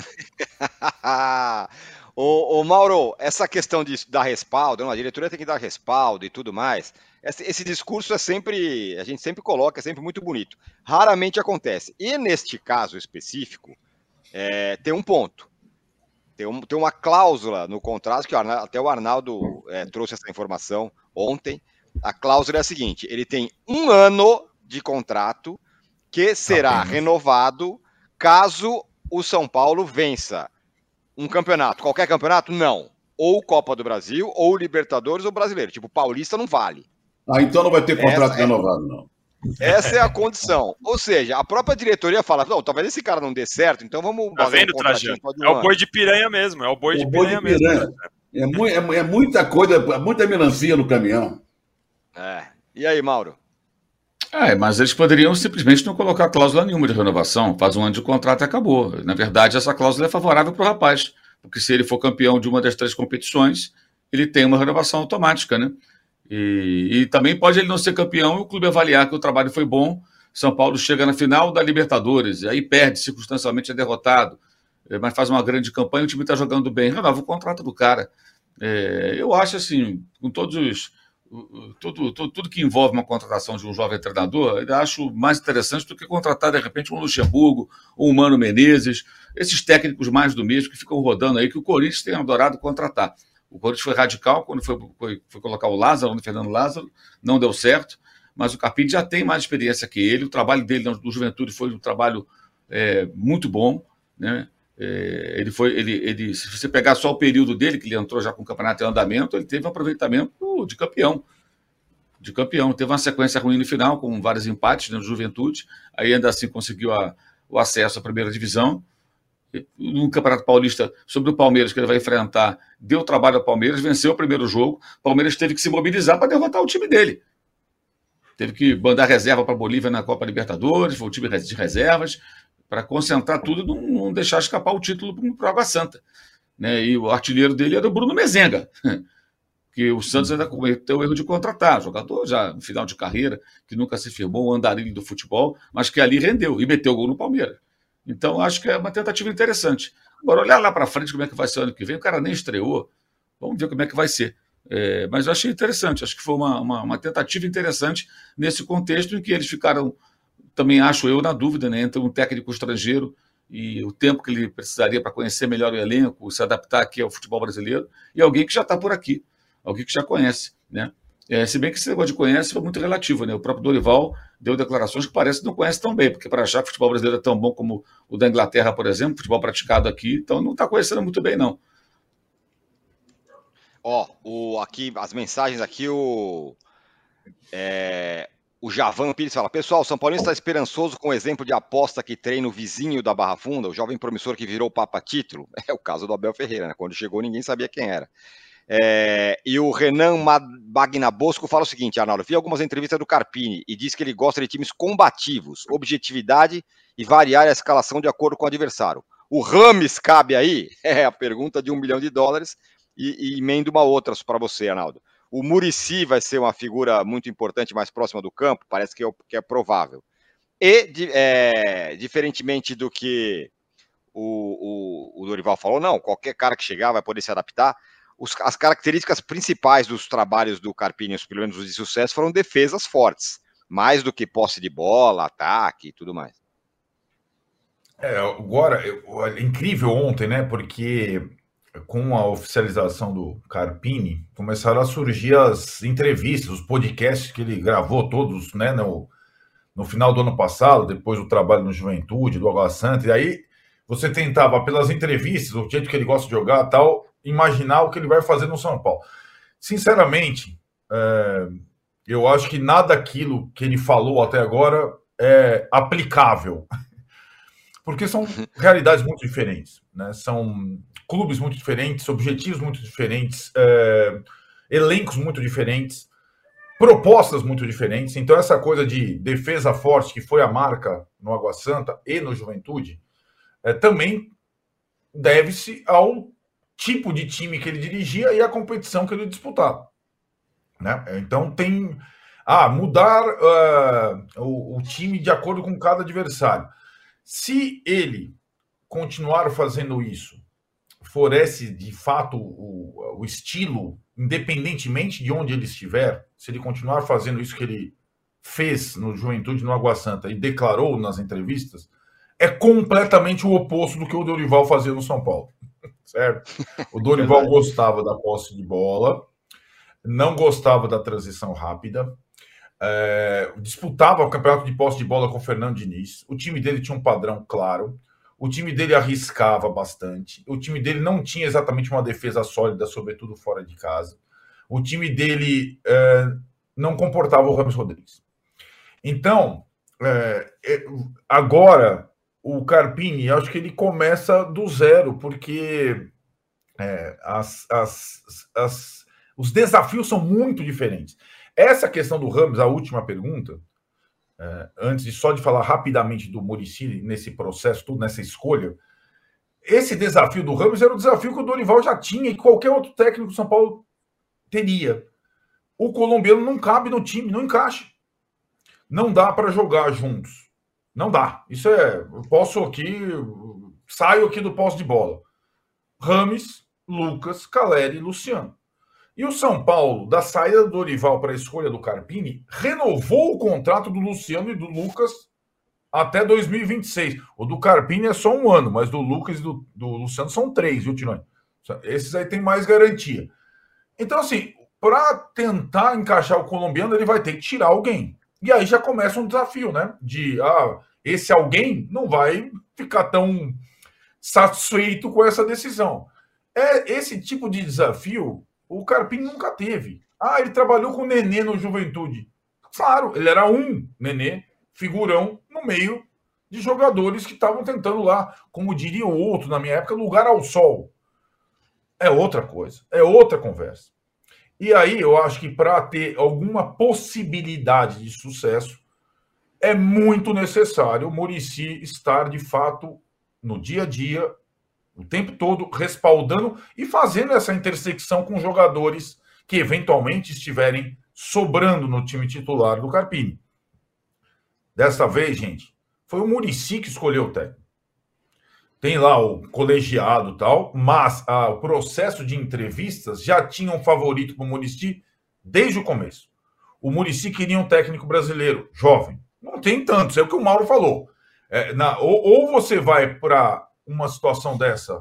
Speaker 3: ô, ô, Mauro, essa questão de dar respaldo, não, a diretoria tem que dar respaldo e tudo mais, esse, esse discurso é sempre, a gente sempre coloca, é sempre muito bonito. Raramente acontece. E neste caso específico, é, tem um ponto. Tem, um, tem uma cláusula no contrato, que o Arnaldo, até o Arnaldo é, trouxe essa informação ontem. A cláusula é a seguinte: ele tem um ano de contrato que será Apenas. renovado caso o São Paulo vença um campeonato. Qualquer campeonato? Não. Ou Copa do Brasil, ou Libertadores, ou Brasileiro. Tipo, Paulista não vale.
Speaker 4: Ah, então não vai ter contrato essa renovado, é... não.
Speaker 3: Essa é a condição. Ou seja, a própria diretoria fala, não, talvez esse cara não dê certo, então vamos...
Speaker 5: Tá vendo, um Trajano? Um é o boi de piranha mesmo, é o boi, é de, boi piranha de piranha mesmo.
Speaker 4: É, mu é, é muita coisa, muita melancia no caminhão.
Speaker 3: É. E aí, Mauro?
Speaker 6: É, mas eles poderiam simplesmente não colocar cláusula nenhuma de renovação, faz um ano de contrato e acabou. Na verdade, essa cláusula é favorável para o rapaz, porque se ele for campeão de uma das três competições, ele tem uma renovação automática, né? E, e também pode ele não ser campeão e o clube avaliar que o trabalho foi bom. São Paulo chega na final da Libertadores, aí perde, circunstancialmente é derrotado, mas faz uma grande campanha, o time está jogando bem, renova o contrato do cara. É, eu acho assim, com todos os, tudo, tudo, tudo que envolve uma contratação de um jovem treinador, eu acho mais interessante do que contratar de repente um Luxemburgo ou um Mano Menezes, esses técnicos mais do mesmo que ficam rodando aí, que o Corinthians tem adorado contratar. O Corinthians foi radical quando foi, foi, foi colocar o Lázaro, o Fernando Lázaro, não deu certo, mas o Carpini já tem mais experiência que ele, o trabalho dele no Juventude foi um trabalho é, muito bom, né? É, ele foi, ele, ele, se você pegar só o período dele, que ele entrou já com o campeonato em andamento, ele teve um aproveitamento de campeão, de campeão, teve uma sequência ruim no final, com vários empates no Juventude, aí ainda assim conseguiu a, o acesso à primeira divisão. No Campeonato Paulista, sobre o Palmeiras, que ele vai enfrentar, deu trabalho ao Palmeiras, venceu o primeiro jogo, o Palmeiras teve que se mobilizar para derrotar o time dele. Teve que mandar reserva para a Bolívia na Copa Libertadores, foi o time de reservas, para concentrar tudo e não, não deixar escapar o título para o Água Santa. Né? E o artilheiro dele era o Bruno Mezenga, que o Santos ainda cometeu o erro de contratar, jogador já no final de carreira, que nunca se firmou, um andarilho do futebol, mas que ali rendeu e meteu gol no Palmeiras. Então, acho que é uma tentativa interessante. Agora, olhar lá para frente como é que vai ser o ano que vem, o cara nem estreou, vamos ver como é que vai ser. É, mas eu achei interessante, acho que foi uma, uma, uma tentativa interessante nesse contexto em que eles ficaram, também acho eu, na dúvida, né, entre um técnico estrangeiro e o tempo que ele precisaria para conhecer melhor o elenco, se adaptar aqui ao futebol brasileiro, e alguém que já está por aqui, alguém que já conhece, né? É, se bem que esse negócio de conhece foi muito relativo, né? O próprio Dorival deu declarações que parece que não conhece tão bem, porque para achar que o futebol brasileiro é tão bom como o da Inglaterra, por exemplo, futebol praticado aqui, então não está conhecendo muito bem, não.
Speaker 3: Ó, o, aqui, as mensagens aqui, o, é, o Javan Pires fala, pessoal, o São Paulo está esperançoso com o exemplo de aposta que treina o vizinho da Barra Funda, o jovem promissor que virou papa título. É o caso do Abel Ferreira, né? Quando chegou ninguém sabia quem era. É, e o Renan Bagnabosco fala o seguinte, Arnaldo, vi algumas entrevistas do Carpini e diz que ele gosta de times combativos, objetividade e variar a escalação de acordo com o adversário. O Rames cabe aí? É a pergunta de um milhão de dólares e, e emendo uma outra para você, Arnaldo. O Muricy vai ser uma figura muito importante mais próxima do campo, parece que é, que é provável. E, de, é, diferentemente do que o, o, o Dorival falou, não, qualquer cara que chegar vai poder se adaptar. Os, as características principais dos trabalhos do Carpini, pelo menos os de sucesso, foram defesas fortes, mais do que posse de bola, ataque e tudo mais.
Speaker 7: É, agora, é incrível ontem, né? Porque com a oficialização do Carpini, começaram a surgir as entrevistas, os podcasts que ele gravou todos, né? No, no final do ano passado, depois do trabalho no Juventude, do Água Santa, e aí você tentava, pelas entrevistas, o jeito que ele gosta de jogar e tal, imaginar o que ele vai fazer no São Paulo. Sinceramente, é, eu acho que nada daquilo que ele falou até agora é aplicável. Porque são realidades muito diferentes, né? São clubes muito diferentes, objetivos muito diferentes, é, elencos muito diferentes, propostas muito diferentes. Então, essa coisa de defesa forte, que foi a marca no Água Santa e no Juventude, é, também deve-se ao tipo de time que ele dirigia e à competição que ele disputava, né? Então, tem... Ah, mudar uh, o, o time de acordo com cada adversário. Se ele continuar fazendo isso, for esse, de fato, o, o estilo, independentemente de onde ele estiver, se ele continuar fazendo isso que ele fez no Juventude, no Água Santa, e declarou nas entrevistas, é completamente o oposto do que o Dorival fazia no São Paulo, certo? O Dorival gostava da posse de bola, não gostava da transição rápida, É, disputava o campeonato de posse de bola com o Fernando Diniz. O time dele tinha um padrão claro. O time dele arriscava bastante. O time dele não tinha exatamente uma defesa sólida, sobretudo fora de casa. O time dele é, não comportava o Ramos Rodrigues. Então, é, agora, o Carpini, acho que ele começa do zero, porque é, as, as, as, os desafios são muito diferentes. Essa questão do Rames, a última pergunta, é, antes de só de falar rapidamente do Muricy nesse processo, tudo nessa escolha, esse desafio do Rames era o desafio que o Dorival já tinha e qualquer outro técnico do São Paulo teria. O colombiano não cabe no time, não encaixa. Não dá para jogar juntos. Não dá. Isso é... Eu posso aqui... Saio aqui do posse de bola. Rames, Lucas, Caleri e Luciano. E o São Paulo, da saída do Dorival para a escolha do Carpini, renovou o contrato do Luciano e do Lucas até dois mil e vinte e seis. O do Carpini é só um ano, mas do Lucas e do, do Luciano são três, viu, Tironi? Esses aí tem mais garantia. Então, assim, para tentar encaixar o colombiano, ele vai ter que tirar alguém. E aí já começa um desafio, né? De, ah, esse alguém não vai ficar tão satisfeito com essa decisão. É esse tipo de desafio... O Carpini nunca teve. Ah, ele trabalhou com o Nenê no Juventude. Claro, ele era um Nenê, figurão, no meio de jogadores que estavam tentando lá, como diria o outro na minha época, lugar ao sol. É outra coisa, é outra conversa. E aí eu acho que para ter alguma possibilidade de sucesso, é muito necessário o Muricy estar, de fato, no dia a dia, o tempo todo, respaldando e fazendo essa intersecção com jogadores que eventualmente estiverem sobrando no time titular do Carpini. Dessa vez, gente, foi o Muricy que escolheu o técnico. Tem lá o colegiado e tal, mas ah, o processo de entrevistas já tinha um favorito para o Muricy desde o começo. O Muricy queria um técnico brasileiro, jovem. Não tem tanto, é o que o Mauro falou. É, na, ou, ou você vai para uma situação dessa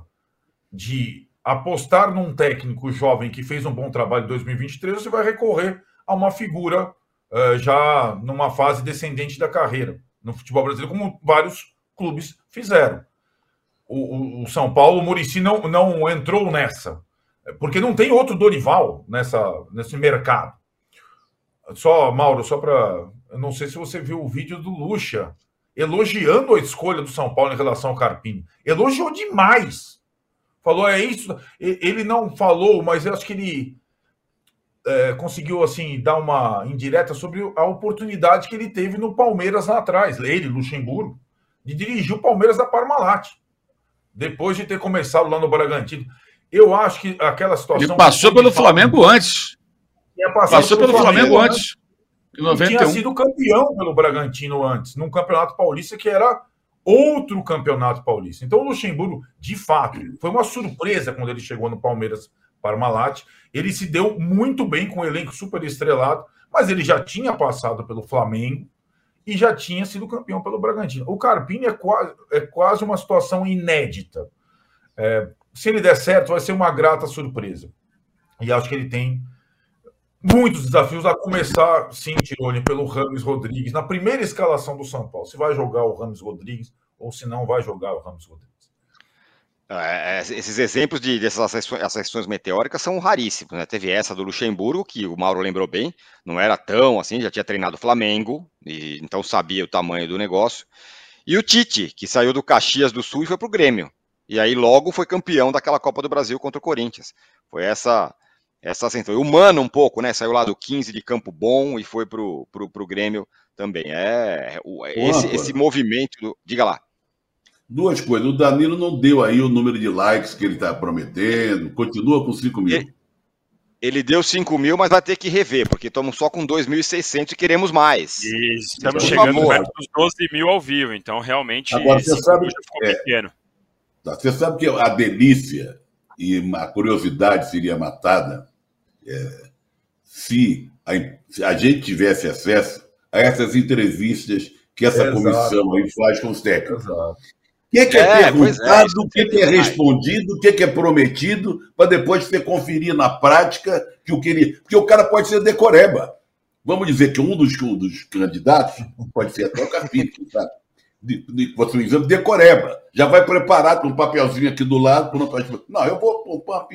Speaker 7: de apostar num técnico jovem que fez um bom trabalho em dois mil e vinte e três, você vai recorrer a uma figura uh, já numa fase descendente da carreira no futebol brasileiro, como vários clubes fizeram. O, o, o São Paulo, o Muricy não, não entrou nessa, porque não tem outro Dorival nessa, nesse mercado. Só, Mauro, só para... Eu não sei se você viu o vídeo do Lucha elogiando a escolha do São Paulo em relação ao Carpini. Elogiou demais. Falou, é isso. Ele não falou, mas eu acho que ele é, conseguiu, assim, dar uma indireta sobre a oportunidade que ele teve no Palmeiras lá atrás. Ele, Luxemburgo, de dirigir o Palmeiras da Parmalat. Depois de ter começado lá no Bragantino. Eu acho que aquela situação...
Speaker 6: Ele passou pelo Flamengo antes. Passou pelo Flamengo, Flamengo antes.
Speaker 7: Em noventa e um. Tinha sido campeão pelo Bragantino antes, num campeonato paulista que era outro campeonato paulista. Então o Luxemburgo, de fato, foi uma surpresa quando ele chegou no Palmeiras Parmalat. Ele se deu muito bem com o elenco super estrelado, mas ele já tinha passado pelo Flamengo e já tinha sido campeão pelo Bragantino. O Carpini é quase, é quase uma situação inédita. É, se ele der certo, vai ser uma grata surpresa. E acho que ele tem muitos desafios, a começar, sim, Tironi, pelo Rames Rodrigues, na primeira escalação do São Paulo. Se vai jogar o Rames Rodrigues ou se não vai jogar o Rames Rodrigues.
Speaker 3: É, esses exemplos de, dessas ascensões meteóricas são raríssimos, né? Teve essa do Luxemburgo, que o Mauro lembrou bem, não era tão assim, já tinha treinado o Flamengo, e, então sabia o tamanho do negócio. E o Tite, que saiu do Caxias do Sul e foi pro Grêmio. E aí logo foi campeão daquela Copa do Brasil contra o Corinthians. Foi essa... Essa ascensão. E o Mano um pouco, né? Saiu lá do quinze de Campo Bom e foi pro, pro, pro Grêmio também. É, esse, esse movimento... Do... Diga lá.
Speaker 4: Duas coisas. O Danilo não deu aí o número de likes que ele está prometendo. Continua com cinco mil.
Speaker 3: Ele, ele deu cinco mil, mas vai ter que rever, porque estamos só com dois mil e seiscentos e queremos mais.
Speaker 5: E estamos Por chegando favor. perto dos doze mil ao vivo. Então, realmente,
Speaker 4: agora, você sabe,
Speaker 5: ficou é, pequeno.
Speaker 4: Você sabe que a delícia... e a curiosidade seria matada é, se, a, se a gente tivesse acesso a essas entrevistas que essa Exato. comissão aí faz com os técnicos. O que é, que é, é perguntado, o que é, que é respondido, o que é, que é prometido, para depois você conferir na prática que o que ele... Porque o cara pode ser decoreba. Vamos dizer que um dos, um dos candidatos pode ser até o Carpini, sabe? De, de, de, exame decoreba, já vai preparado com um papelzinho aqui do lado, pronto, não, eu vou poupar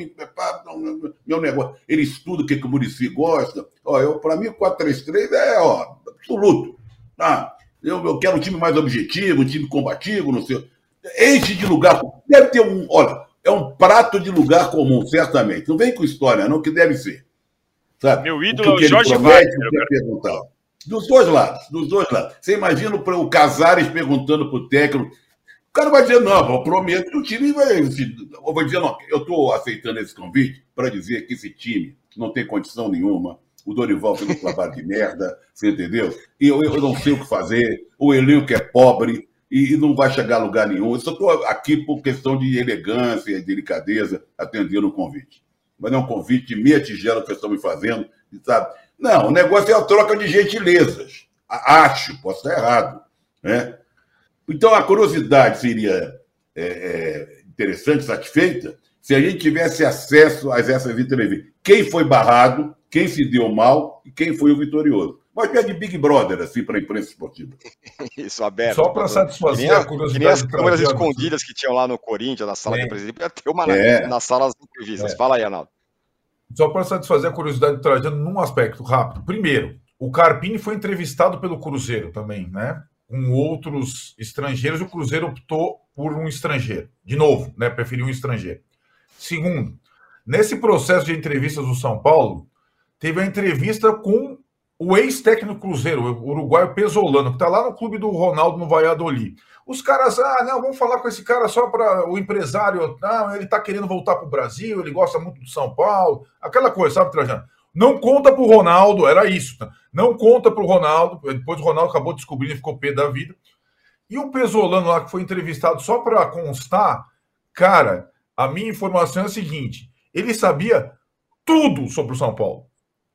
Speaker 4: meu negócio, ele estuda o que, que o Muricy gosta, ó, eu, para mim o quatro três três é, ó, absoluto, ah, eu, eu quero um time mais objetivo, um time combativo, não sei, enche de lugar, deve ter um, olha, é um prato de lugar comum, certamente, não vem com história não, que deve ser, sabe?
Speaker 5: Meu ídolo é o
Speaker 4: Jorge Wagner, perguntar. Dos dois lados, dos dois lados. Você imagina o Casares perguntando para o técnico, o cara vai dizer, não, eu prometo que o time vai... Eu vou dizer, não, eu estou aceitando esse convite para dizer que esse time não tem condição nenhuma, o Dorival fez um trabalho de merda, você entendeu? E eu, eu não sei o que fazer, o elenco é pobre e, e não vai chegar a lugar nenhum. Eu só estou aqui por questão de elegância e delicadeza atendendo o convite. Mas é um convite de meia tigela que vocês estão me fazendo, sabe? Não, o negócio é a troca de gentilezas. Acho, posso estar errado. Né? Então, a curiosidade seria é, é, interessante, satisfeita, se a gente tivesse acesso a essas entrevistas. Quem foi barrado, quem se deu mal e quem foi o vitorioso. Mas é de Big Brother, assim, para a imprensa esportiva.
Speaker 3: Isso, aberto.
Speaker 7: Só para satisfazer a, a curiosidade. Que nem
Speaker 3: as câmeras escondidas que tinham lá no Corinthians, na sala é. de presidente, ia ter uma é. na, na sala das entrevistas. É. Fala aí, Arnaldo.
Speaker 7: Só para satisfazer a curiosidade do Trajano num aspecto rápido. Primeiro, o Carpini foi entrevistado pelo Cruzeiro também, né? Com outros estrangeiros, e o Cruzeiro optou por um estrangeiro. De novo, né? Preferiu um estrangeiro. Segundo, nesse processo de entrevistas do São Paulo, teve a entrevista com o ex-técnico Cruzeiro, o uruguaio Pesolano, que está lá no clube do Ronaldo, no Valladolid. Os caras, ah, não, vamos falar com esse cara só para o empresário, não, ele está querendo voltar para o Brasil, ele gosta muito do São Paulo, aquela coisa, sabe, Trajano? Não conta para o Ronaldo, era isso, tá? Não conta para o Ronaldo, depois o Ronaldo acabou descobrindo e ficou pé da vida. E o Pesolano lá, que foi entrevistado só para constar, cara, a minha informação é a seguinte, ele sabia tudo sobre o São Paulo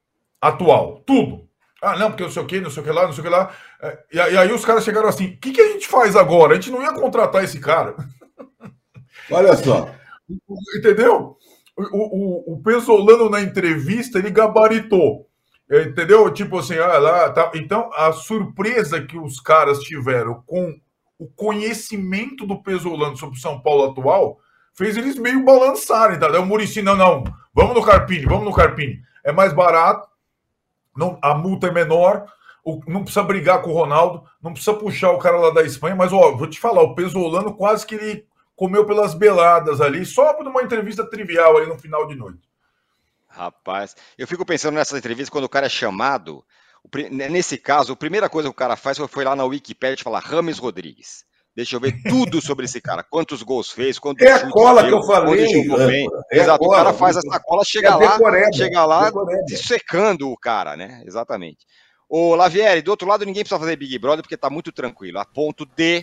Speaker 7: atual, tudo. Ah, não, porque não sei o que, não sei o que lá, não sei o que lá. E, e aí os caras chegaram assim, o que, que a gente faz agora? A gente não ia contratar esse cara.
Speaker 4: Olha só.
Speaker 7: Entendeu? O, o, o Pesolano na entrevista, ele gabaritou. Entendeu? Tipo assim, ah, lá, tá. Então, a surpresa que os caras tiveram com o conhecimento do Pesolano sobre o São Paulo atual fez eles meio balançarem, tá? O Muricy, não, não, vamos no Carpini, vamos no Carpini. É mais barato, não, a multa é menor, o, não precisa brigar com o Ronaldo, não precisa puxar o cara lá da Espanha, mas ó, vou te falar, o Pesolano quase que ele comeu pelas beladas ali, só por uma entrevista trivial ali no final de noite.
Speaker 3: Rapaz, eu fico pensando nessas entrevistas, quando o cara é chamado, nesse caso, a primeira coisa que o cara faz foi lá na Wikipédia e falar Rames Rodrigues. Deixa eu ver tudo sobre esse cara. Quantos gols fez, quantos
Speaker 4: É a cola deu, que eu falei.
Speaker 3: É Exato, cola, o cara faz essa cola, chega é lá, decoreba, chega lá dissecando o cara, né? Exatamente. Ô, Lavieri, do outro lado ninguém precisa fazer Big Brother porque tá muito tranquilo. A ponto de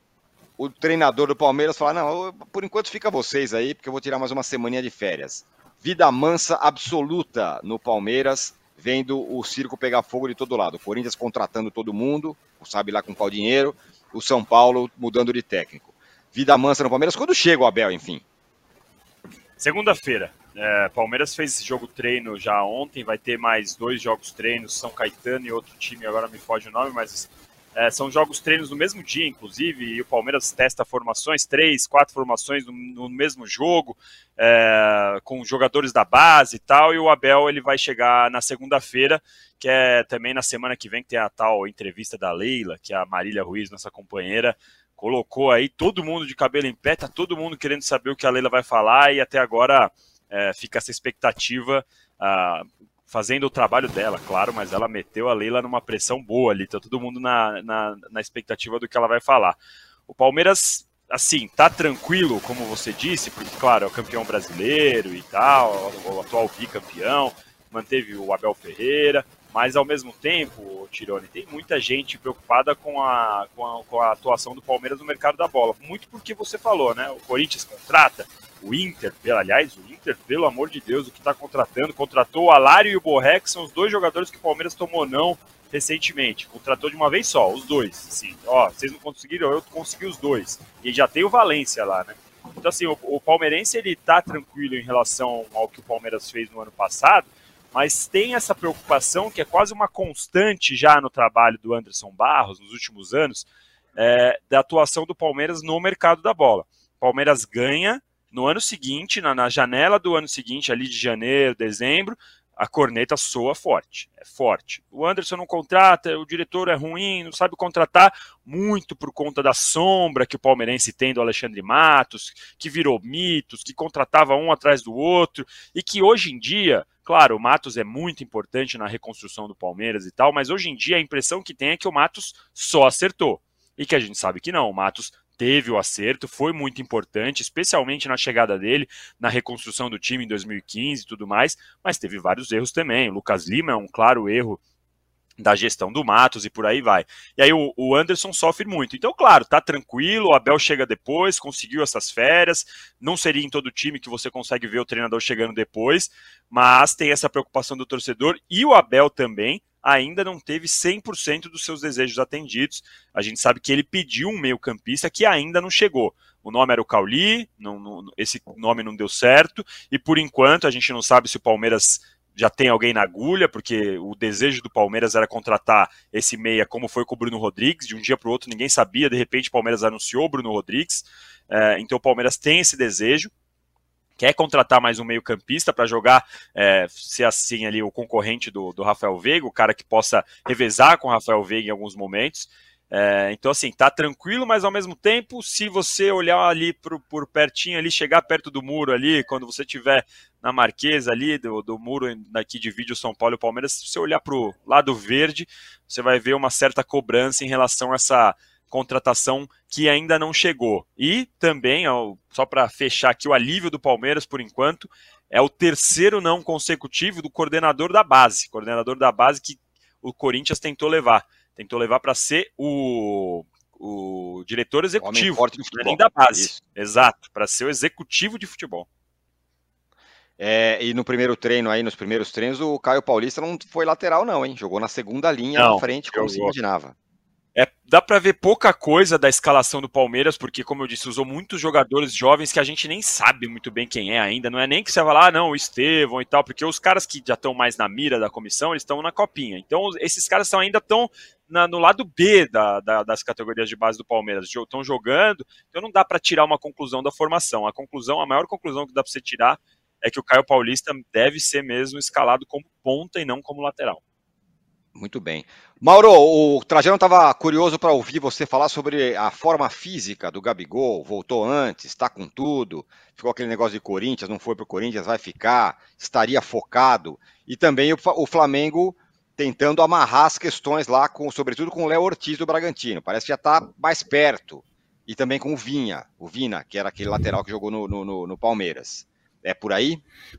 Speaker 3: o treinador do Palmeiras falar, não, por enquanto fica vocês aí, porque eu vou tirar mais uma semaninha de férias. Vida mansa absoluta no Palmeiras, vendo o circo pegar fogo de todo lado. O Corinthians contratando todo mundo, sabe lá com qual dinheiro, o São Paulo mudando de técnico. Vida mansa no Palmeiras, quando chega o Abel, enfim?
Speaker 5: Segunda-feira. É, Palmeiras fez jogo treino já ontem, vai ter mais dois jogos treinos, São Caetano e outro time, agora me foge o nome, mas é, são jogos treinos no mesmo dia, inclusive, e o Palmeiras testa formações, três, quatro formações no, no mesmo jogo, é, com jogadores da base e tal, e o Abel ele vai chegar na segunda-feira, que é também na semana que vem, que tem a tal entrevista da Leila, que é a Marília Ruiz, nossa companheira, colocou aí todo mundo de cabelo em pé, tá todo mundo querendo saber o que a Leila vai falar, e até agora é, fica essa expectativa, uh, fazendo o trabalho dela, claro, mas ela meteu a Leila numa pressão boa ali, tá todo mundo na, na, na expectativa do que ela vai falar. O Palmeiras, assim, tá tranquilo, como você disse, porque, claro, é o campeão brasileiro e tal, o atual bicampeão, manteve o Abel Ferreira, mas ao mesmo tempo, Tirone, tem muita gente preocupada com a, com a, com a atuação do Palmeiras no mercado da bola, muito porque você falou, né, o Corinthians contrata, o Inter, aliás, o Inter, pelo amor de Deus, o que está contratando, contratou o Alário e o Borré, que são os dois jogadores que o Palmeiras tomou não recentemente, contratou de uma vez só, os dois, sim, ó, vocês não conseguiram, eu consegui os dois, e já tem o Valência lá, né, então assim, o, o palmeirense, ele tá tranquilo em relação ao que o Palmeiras fez no ano passado, mas tem essa preocupação que é quase uma constante já no trabalho do Anderson Barros, nos últimos anos, é, da atuação do Palmeiras no mercado da bola. O Palmeiras ganha, no ano seguinte, na, na janela do ano seguinte, ali de janeiro, dezembro, a corneta soa forte, é forte. O Anderson não contrata, o diretor é ruim, não sabe contratar, muito por conta da sombra que o palmeirense tem do Alexandre Matos, que virou mitos, que contratava um atrás do outro, e que hoje em dia, claro, o Matos é muito importante na reconstrução do Palmeiras e tal, mas hoje em dia a impressão que tem é que o Matos só acertou, e que a gente sabe que não, o Matos teve o acerto, foi muito importante, especialmente na chegada dele, na reconstrução do time em dois mil e quinze e tudo mais, mas teve vários erros também. O Lucas Lima é um claro erro da gestão do Matos e por aí vai. E aí o, o Anderson sofre muito. Então, claro, tá tranquilo, o Abel chega depois, conseguiu essas férias, não seria em todo time que você consegue ver o treinador chegando depois, mas tem essa preocupação do torcedor e o Abel também ainda não teve cem por cento dos seus desejos atendidos. A gente sabe que ele pediu um meio-campista que ainda não chegou. O nome era o Cauli, não, não, esse nome não deu certo, e por enquanto a gente não sabe se o Palmeiras já tem alguém na agulha, porque o desejo do Palmeiras era contratar esse meia, como foi com o Bruno Rodrigues, de um dia para o outro ninguém sabia, de repente o Palmeiras anunciou o Bruno Rodrigues, é, então o Palmeiras tem esse desejo, quer contratar mais um meio-campista para jogar, é, ser assim ali o concorrente do, do Rafael Veiga, o cara que possa revezar com o Rafael Veiga em alguns momentos. É, então assim, tá tranquilo, mas ao mesmo tempo, se você olhar ali por, por pertinho ali, chegar perto do muro ali, quando você estiver na Marquesa ali, do, do muro daqui divide o São Paulo e o Palmeiras, se você olhar pro lado verde, você vai ver uma certa cobrança em relação a essa contratação que ainda não chegou. E também, só para fechar aqui, o alívio do Palmeiras, por enquanto, é o terceiro não consecutivo do coordenador da base. Coordenador da base que o Corinthians tentou levar. Tentou levar para ser o, o diretor executivo,
Speaker 3: forte do futebol.
Speaker 5: Nem da base.
Speaker 3: Isso.
Speaker 5: Exato, para ser o executivo de futebol.
Speaker 3: É, e no primeiro treino aí, nos primeiros treinos, o Caio Paulista não foi lateral não, hein? Jogou na segunda linha
Speaker 5: não,
Speaker 3: na frente, como jogou. Se imaginava.
Speaker 5: É, dá para ver pouca coisa da escalação do Palmeiras, porque, como eu disse, usou muitos jogadores jovens que a gente nem sabe muito bem quem é ainda. Não é nem que você vai lá, ah, não, o Estevão e tal, porque os caras que já estão mais na mira da comissão, eles estão na copinha. Então, esses caras tão, ainda estão no lado B da, da, das categorias de base do Palmeiras. Estão jogando, então não dá para tirar uma conclusão da formação. A conclusão, a maior conclusão que dá para você tirar é que o Caio Paulista deve ser mesmo escalado como ponta e não como lateral.
Speaker 3: Muito bem. Mauro, o Trajano estava curioso para ouvir você falar sobre a forma física do Gabigol. Voltou antes, está com tudo. Ficou aquele negócio de Corinthians, não foi para o Corinthians, vai ficar, estaria focado. E também o, o Flamengo tentando amarrar as questões lá, com, sobretudo com o Léo Ortiz do Bragantino. Parece que já está mais perto. E também com o Vinha, o Vina, que era aquele lateral que jogou no, no, no Palmeiras. É por aí?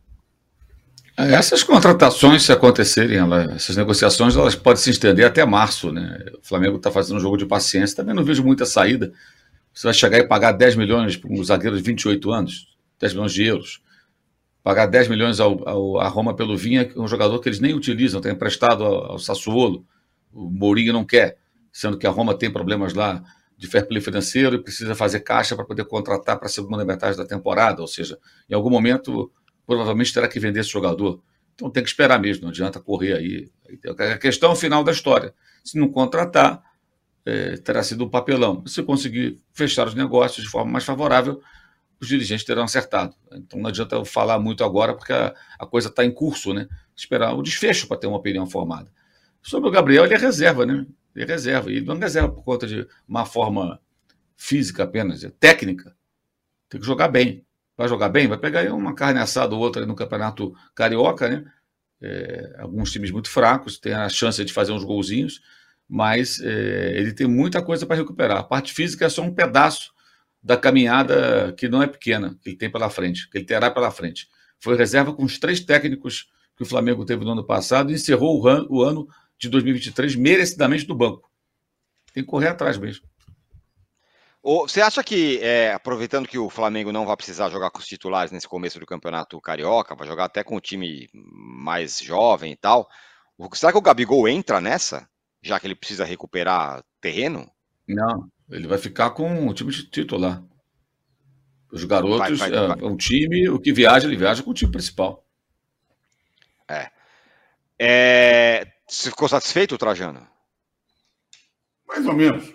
Speaker 6: Essas contratações, se acontecerem, elas, essas negociações, elas podem se estender até março, né? O Flamengo está fazendo um jogo de paciência, também não vejo muita saída. Você vai chegar e pagar dez milhões para um zagueiro de vinte e oito anos, dez milhões de euros. Pagar dez milhões ao, ao, a Roma pelo Vinha, que é um jogador que eles nem utilizam, tem emprestado ao, ao Sassuolo. O Mourinho não quer, sendo que a Roma tem problemas lá de fair play financeiro e precisa fazer caixa para poder contratar para a segunda metade da temporada, ou seja, em algum momento provavelmente terá que vender esse jogador. Então tem que esperar mesmo, não adianta correr aí. A questão final da história. Se não contratar, é, terá sido um papelão. Se conseguir fechar os negócios de forma mais favorável, os dirigentes terão acertado. Então não adianta eu falar muito agora, porque a, a coisa está em curso, né? Esperar o desfecho para ter uma opinião formada. Sobre o Gabriel, ele é reserva, né? Ele é reserva. E ele não é reserva por conta de uma forma física apenas, é técnica. Tem que jogar bem. Vai jogar bem? Vai pegar aí uma carne assada ou outra no Campeonato Carioca, né? É, alguns times muito fracos, tem a chance de fazer uns golzinhos, mas é, ele tem muita coisa para recuperar. A parte física é só um pedaço da caminhada que não é pequena, que ele tem pela frente, que ele terá pela frente. Foi reserva com os três técnicos que o Flamengo teve no ano passado e encerrou o ano, o ano de dois mil e vinte e três merecidamente no banco. Tem que correr atrás mesmo.
Speaker 3: Você acha que, é, aproveitando que o Flamengo não vai precisar jogar com os titulares nesse começo do Campeonato Carioca, vai jogar até com o time mais jovem e tal, será que o Gabigol entra nessa, já que ele precisa recuperar terreno?
Speaker 6: Não, ele vai ficar com o time titular. Os garotos, vai, vai, é, vai. um time, o que viaja, ele viaja com o time principal.
Speaker 3: É. é... Você ficou satisfeito, Trajano?
Speaker 4: Mais ou menos.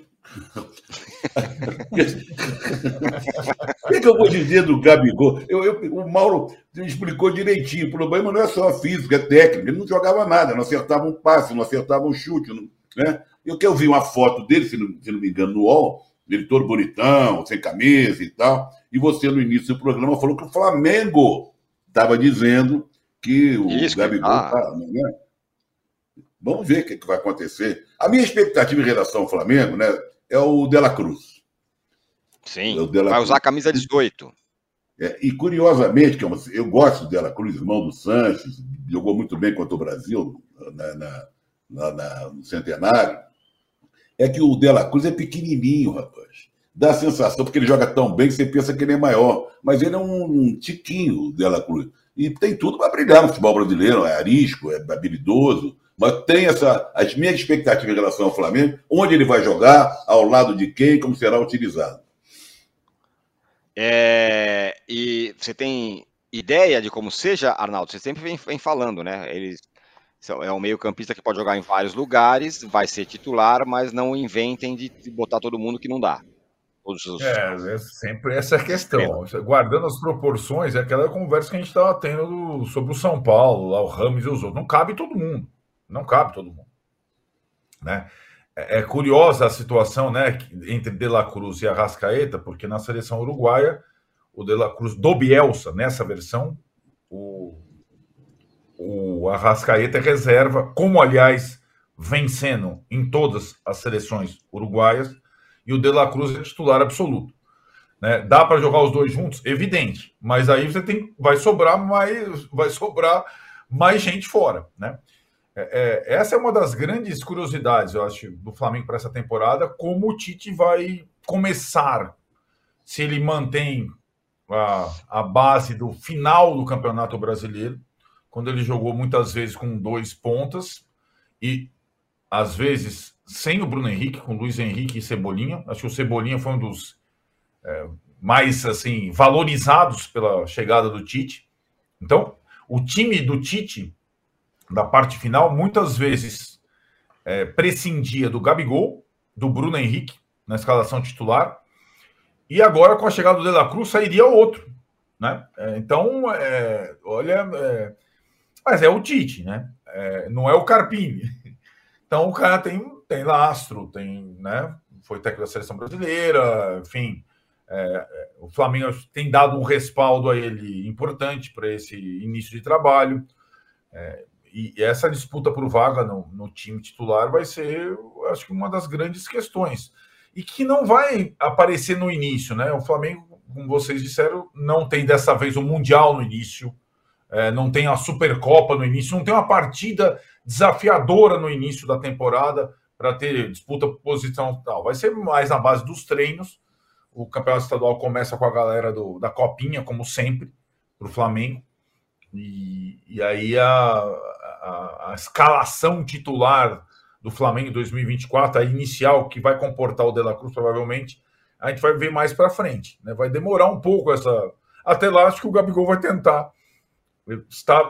Speaker 4: O que, é que eu vou dizer do Gabigol? Eu, eu, o Mauro me explicou direitinho. O problema não é só a física, é técnica. Ele não jogava nada, não acertava um passe, não acertava um chute. Não, né? Eu que eu vi uma foto dele, se não, se não me engano, no U O L, ele todo bonitão, sem camisa e tal. E você, no início do programa, falou que o Flamengo estava dizendo que o Isso, Gabigol está. Ah. Né? Vamos ver o que, que vai acontecer. A minha expectativa em relação ao Flamengo, né? É o De La Cruz.
Speaker 3: Sim, é vai usar a camisa dezoito.
Speaker 4: É, e, curiosamente, que eu, eu gosto do De La Cruz, irmão do Sanches, jogou muito bem contra o Brasil na, na, na, na, no Centenário, é que o De La Cruz é pequenininho, rapaz. Dá a sensação, porque ele joga tão bem que você pensa que ele é maior. Mas ele é um, um tiquinho, o De La Cruz. E tem tudo para brilhar no futebol brasileiro. É arisco, é habilidoso. Mas tem essa, as minhas expectativas em relação ao Flamengo, onde ele vai jogar, ao lado de quem, como será utilizado.
Speaker 3: É, e você tem ideia de como seja, Arnaldo? Você sempre vem, vem falando, né? Ele é um meio-campista que pode jogar em vários lugares, vai ser titular, mas não inventem de botar todo mundo que não dá. Os...
Speaker 7: É, é sempre essa questão. Guardando as proporções, é aquela conversa que a gente estava tendo sobre o São Paulo, lá o Ramos e os outros. Não cabe todo mundo. Não cabe todo mundo, né? É, é curiosa a situação, né, entre De La Cruz e Arrascaeta, porque na seleção uruguaia, o De La Cruz do Bielsa, nessa versão, o, o Arrascaeta é reserva, como, aliás, vem sendo em todas as seleções uruguaias, e o De La Cruz é titular absoluto. Né? Dá para jogar os dois juntos? Evidente, mas aí você tem, vai sobrar mais, vai sobrar mais gente fora, né? É, é, essa é uma das grandes curiosidades, eu acho, do Flamengo para essa temporada, como o Tite vai começar, se ele mantém a, a base do final do Campeonato Brasileiro, quando ele jogou muitas vezes com dois pontas, e às vezes sem o Bruno Henrique, com Luiz Henrique e Cebolinha. Acho que o Cebolinha foi um dos é, mais assim, valorizados pela chegada do Tite. Então, o time do Tite, da parte final, muitas vezes é, prescindia do Gabigol, do Bruno Henrique, na escalação titular, e agora, com a chegada do De La Cruz, sairia outro, né? É, então, é, olha... É, mas é o Tite, né? É, não é o Carpini. Então o cara tem, tem lastro, tem, né? Foi técnico da seleção brasileira, enfim. É, o Flamengo tem dado um respaldo a ele importante para esse início de trabalho. É, e essa disputa por vaga no, no time titular vai ser, acho que, uma das grandes questões. E que não vai aparecer no início, né? O Flamengo, como vocês disseram, não tem dessa vez o Mundial no início, é, não tem a Supercopa no início, não tem uma partida desafiadora no início da temporada para ter disputa por posição e tal. Vai ser mais na base dos treinos. O campeonato estadual começa com a galera do, da Copinha, como sempre, para o Flamengo. E, e aí a, a, a escalação titular do Flamengo em dois mil e vinte e quatro, a inicial, que vai comportar o De La Cruz, provavelmente, a gente vai ver mais para frente. Né? Vai demorar um pouco essa... Até lá, acho que o Gabigol vai tentar estar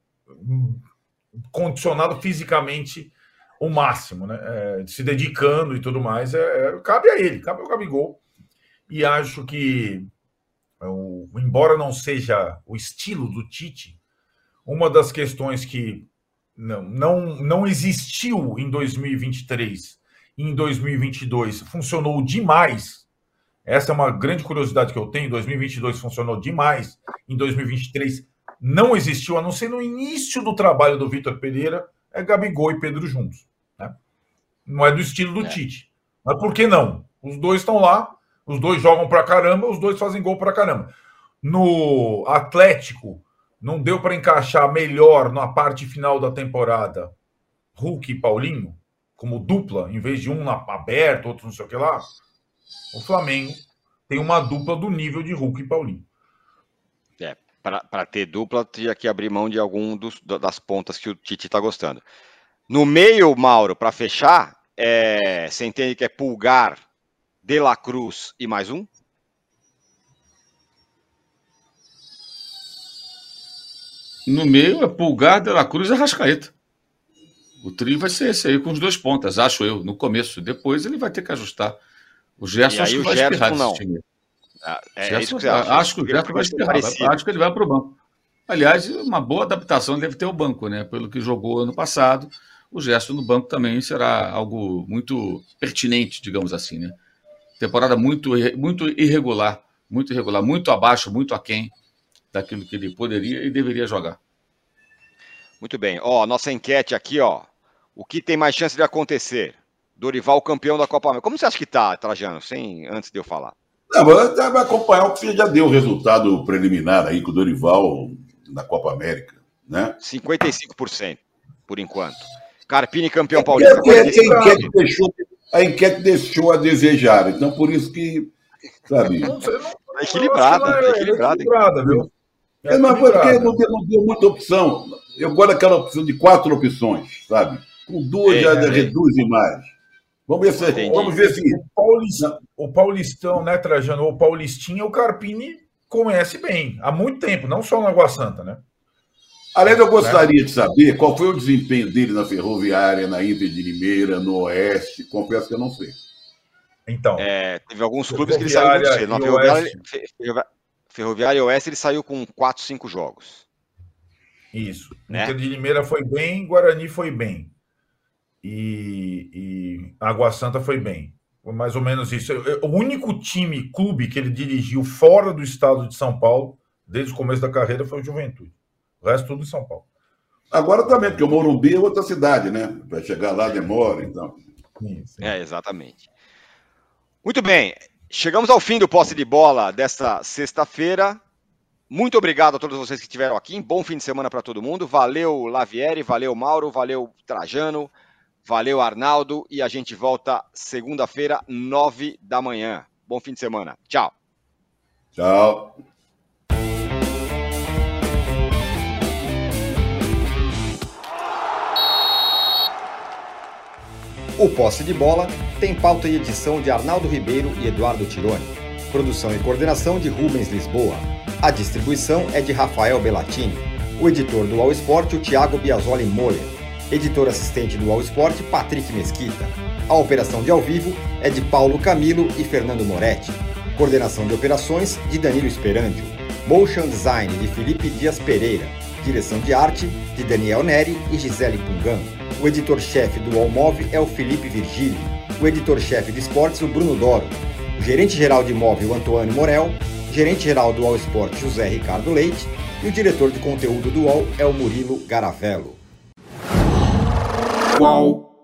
Speaker 7: condicionado fisicamente o máximo, né? É, se dedicando e tudo mais. É, é, cabe a ele, cabe ao Gabigol. E acho que, o, embora não seja o estilo do Tite, uma das questões que não, não, não existiu em dois mil e vinte e três e em dois mil e vinte e dois, funcionou demais. Essa é uma grande curiosidade que eu tenho. Em dois mil e vinte e dois funcionou demais, em dois mil e vinte e três não existiu, a não ser no início do trabalho do Vitor Pereira, é Gabigol e Pedro juntos. Né? Não é do estilo do é. Tite. Mas por que não? Os dois estão lá, os dois jogam pra caramba, os dois fazem gol pra caramba. No Atlético, não deu para encaixar melhor na parte final da temporada Hulk e Paulinho, como dupla, em vez de um aberto, outro não sei o que lá. O Flamengo tem uma dupla do nível de Hulk e Paulinho.
Speaker 3: É, para ter dupla, tinha que abrir mão de algum dos, das pontas que o Tite está gostando. No meio, Mauro, para fechar, é, você entende que é Pulgar, De La Cruz e mais um?
Speaker 6: No meio é Pulgar, De La Cruz e Arrascaeta. O trio vai ser esse aí, com os dois pontas, acho eu, no começo. Depois ele vai ter que ajustar. O Gerson acho que vai espirrar desse time. Ah, é, Gerson, isso que você acha? Acho que o Gerson vai espirrar. Parecido. Acho que ele vai para o banco. Aliás, uma boa adaptação deve ter o banco, né? Pelo que jogou ano passado, o Gerson no banco também será algo muito pertinente, digamos assim, né? Temporada muito, muito irregular, muito irregular, muito abaixo, muito aquém daquilo que ele poderia e deveria jogar.
Speaker 3: Muito bem. Ó, nossa enquete aqui, ó. O que tem mais chance de acontecer? Dorival campeão da Copa América. Como você acha que tá, Trajano? Sem, antes de eu falar.
Speaker 4: Não, vai acompanhar o que você já deu o resultado preliminar aí com o Dorival na Copa América, né?
Speaker 3: cinquenta e cinco por cento, por enquanto. Carpini campeão paulista.
Speaker 4: É, é, a, enquete deixou, a enquete deixou a desejar. Então, por isso que, sabe...
Speaker 3: Não, não, é equilibrada, é, é equilibrada. É equilibrada, viu?
Speaker 4: É, é mas porque não deu, não deu muita opção. Eu gosto daquela opção de quatro opções, sabe? Com duas é, já é, reduz mais. Vamos ver se... Vamos ver se...
Speaker 7: O, Paulistão, o Paulistão, né, Trajano? O Paulistinha, o Carpini conhece bem. Há muito tempo, não só no Água Santa, né?
Speaker 4: Aliás, eu gostaria de saber qual foi o desempenho dele na Ferroviária, na Inter de Limeira, no Oeste. Confesso que eu não sei.
Speaker 7: Então.
Speaker 3: É, teve alguns clubes que ele saiu muito cedo. Na Ferroviária, Ferroviária e Oeste ele saiu com quatro, cinco jogos.
Speaker 7: Isso. Né? Inter de Limeira foi bem, Guarani foi bem. E, e Água Santa foi bem. Foi mais ou menos isso. O único time, clube que ele dirigiu fora do estado de São Paulo, desde o começo da carreira, foi o Juventude. O resto tudo em São Paulo.
Speaker 4: Agora também, porque o Morumbi é outra cidade, né? Para chegar lá demora, então.
Speaker 3: Sim, sim. É, exatamente. Muito bem. Chegamos ao fim do Posse de Bola desta sexta-feira. Muito obrigado a todos vocês que estiveram aqui. Bom fim de semana para todo mundo. Valeu, Lavieri, valeu, Mauro, valeu, Trajano, valeu, Arnaldo. E a gente volta segunda-feira, nove da manhã. Bom fim de semana. Tchau.
Speaker 4: Tchau.
Speaker 1: O Posse de Bola tem pauta e edição de Arnaldo Ribeiro e Eduardo Tironi. Produção e coordenação de Rubens Lisboa. A distribuição é de Rafael Bellatini. O editor do All Sport, o Thiago Biasoli Moller. Editor assistente do All Sport, Patrick Mesquita. A operação de ao vivo é de Paulo Camilo e Fernando Moretti. Coordenação de operações de Danilo Esperandio. Motion Design, de Felipe Dias Pereira. Direção de arte, de Daniel Neri e Gisele Pungan. O editor-chefe do Allmove é o Felipe Virgílio. O editor-chefe de esportes, o Bruno Doro. O gerente-geral de imóvel, o Antônio Morel. Gerente-geral do All Sport, José Ricardo Leite. E o diretor de conteúdo do U O L é o Murilo Garavello.
Speaker 2: Qual?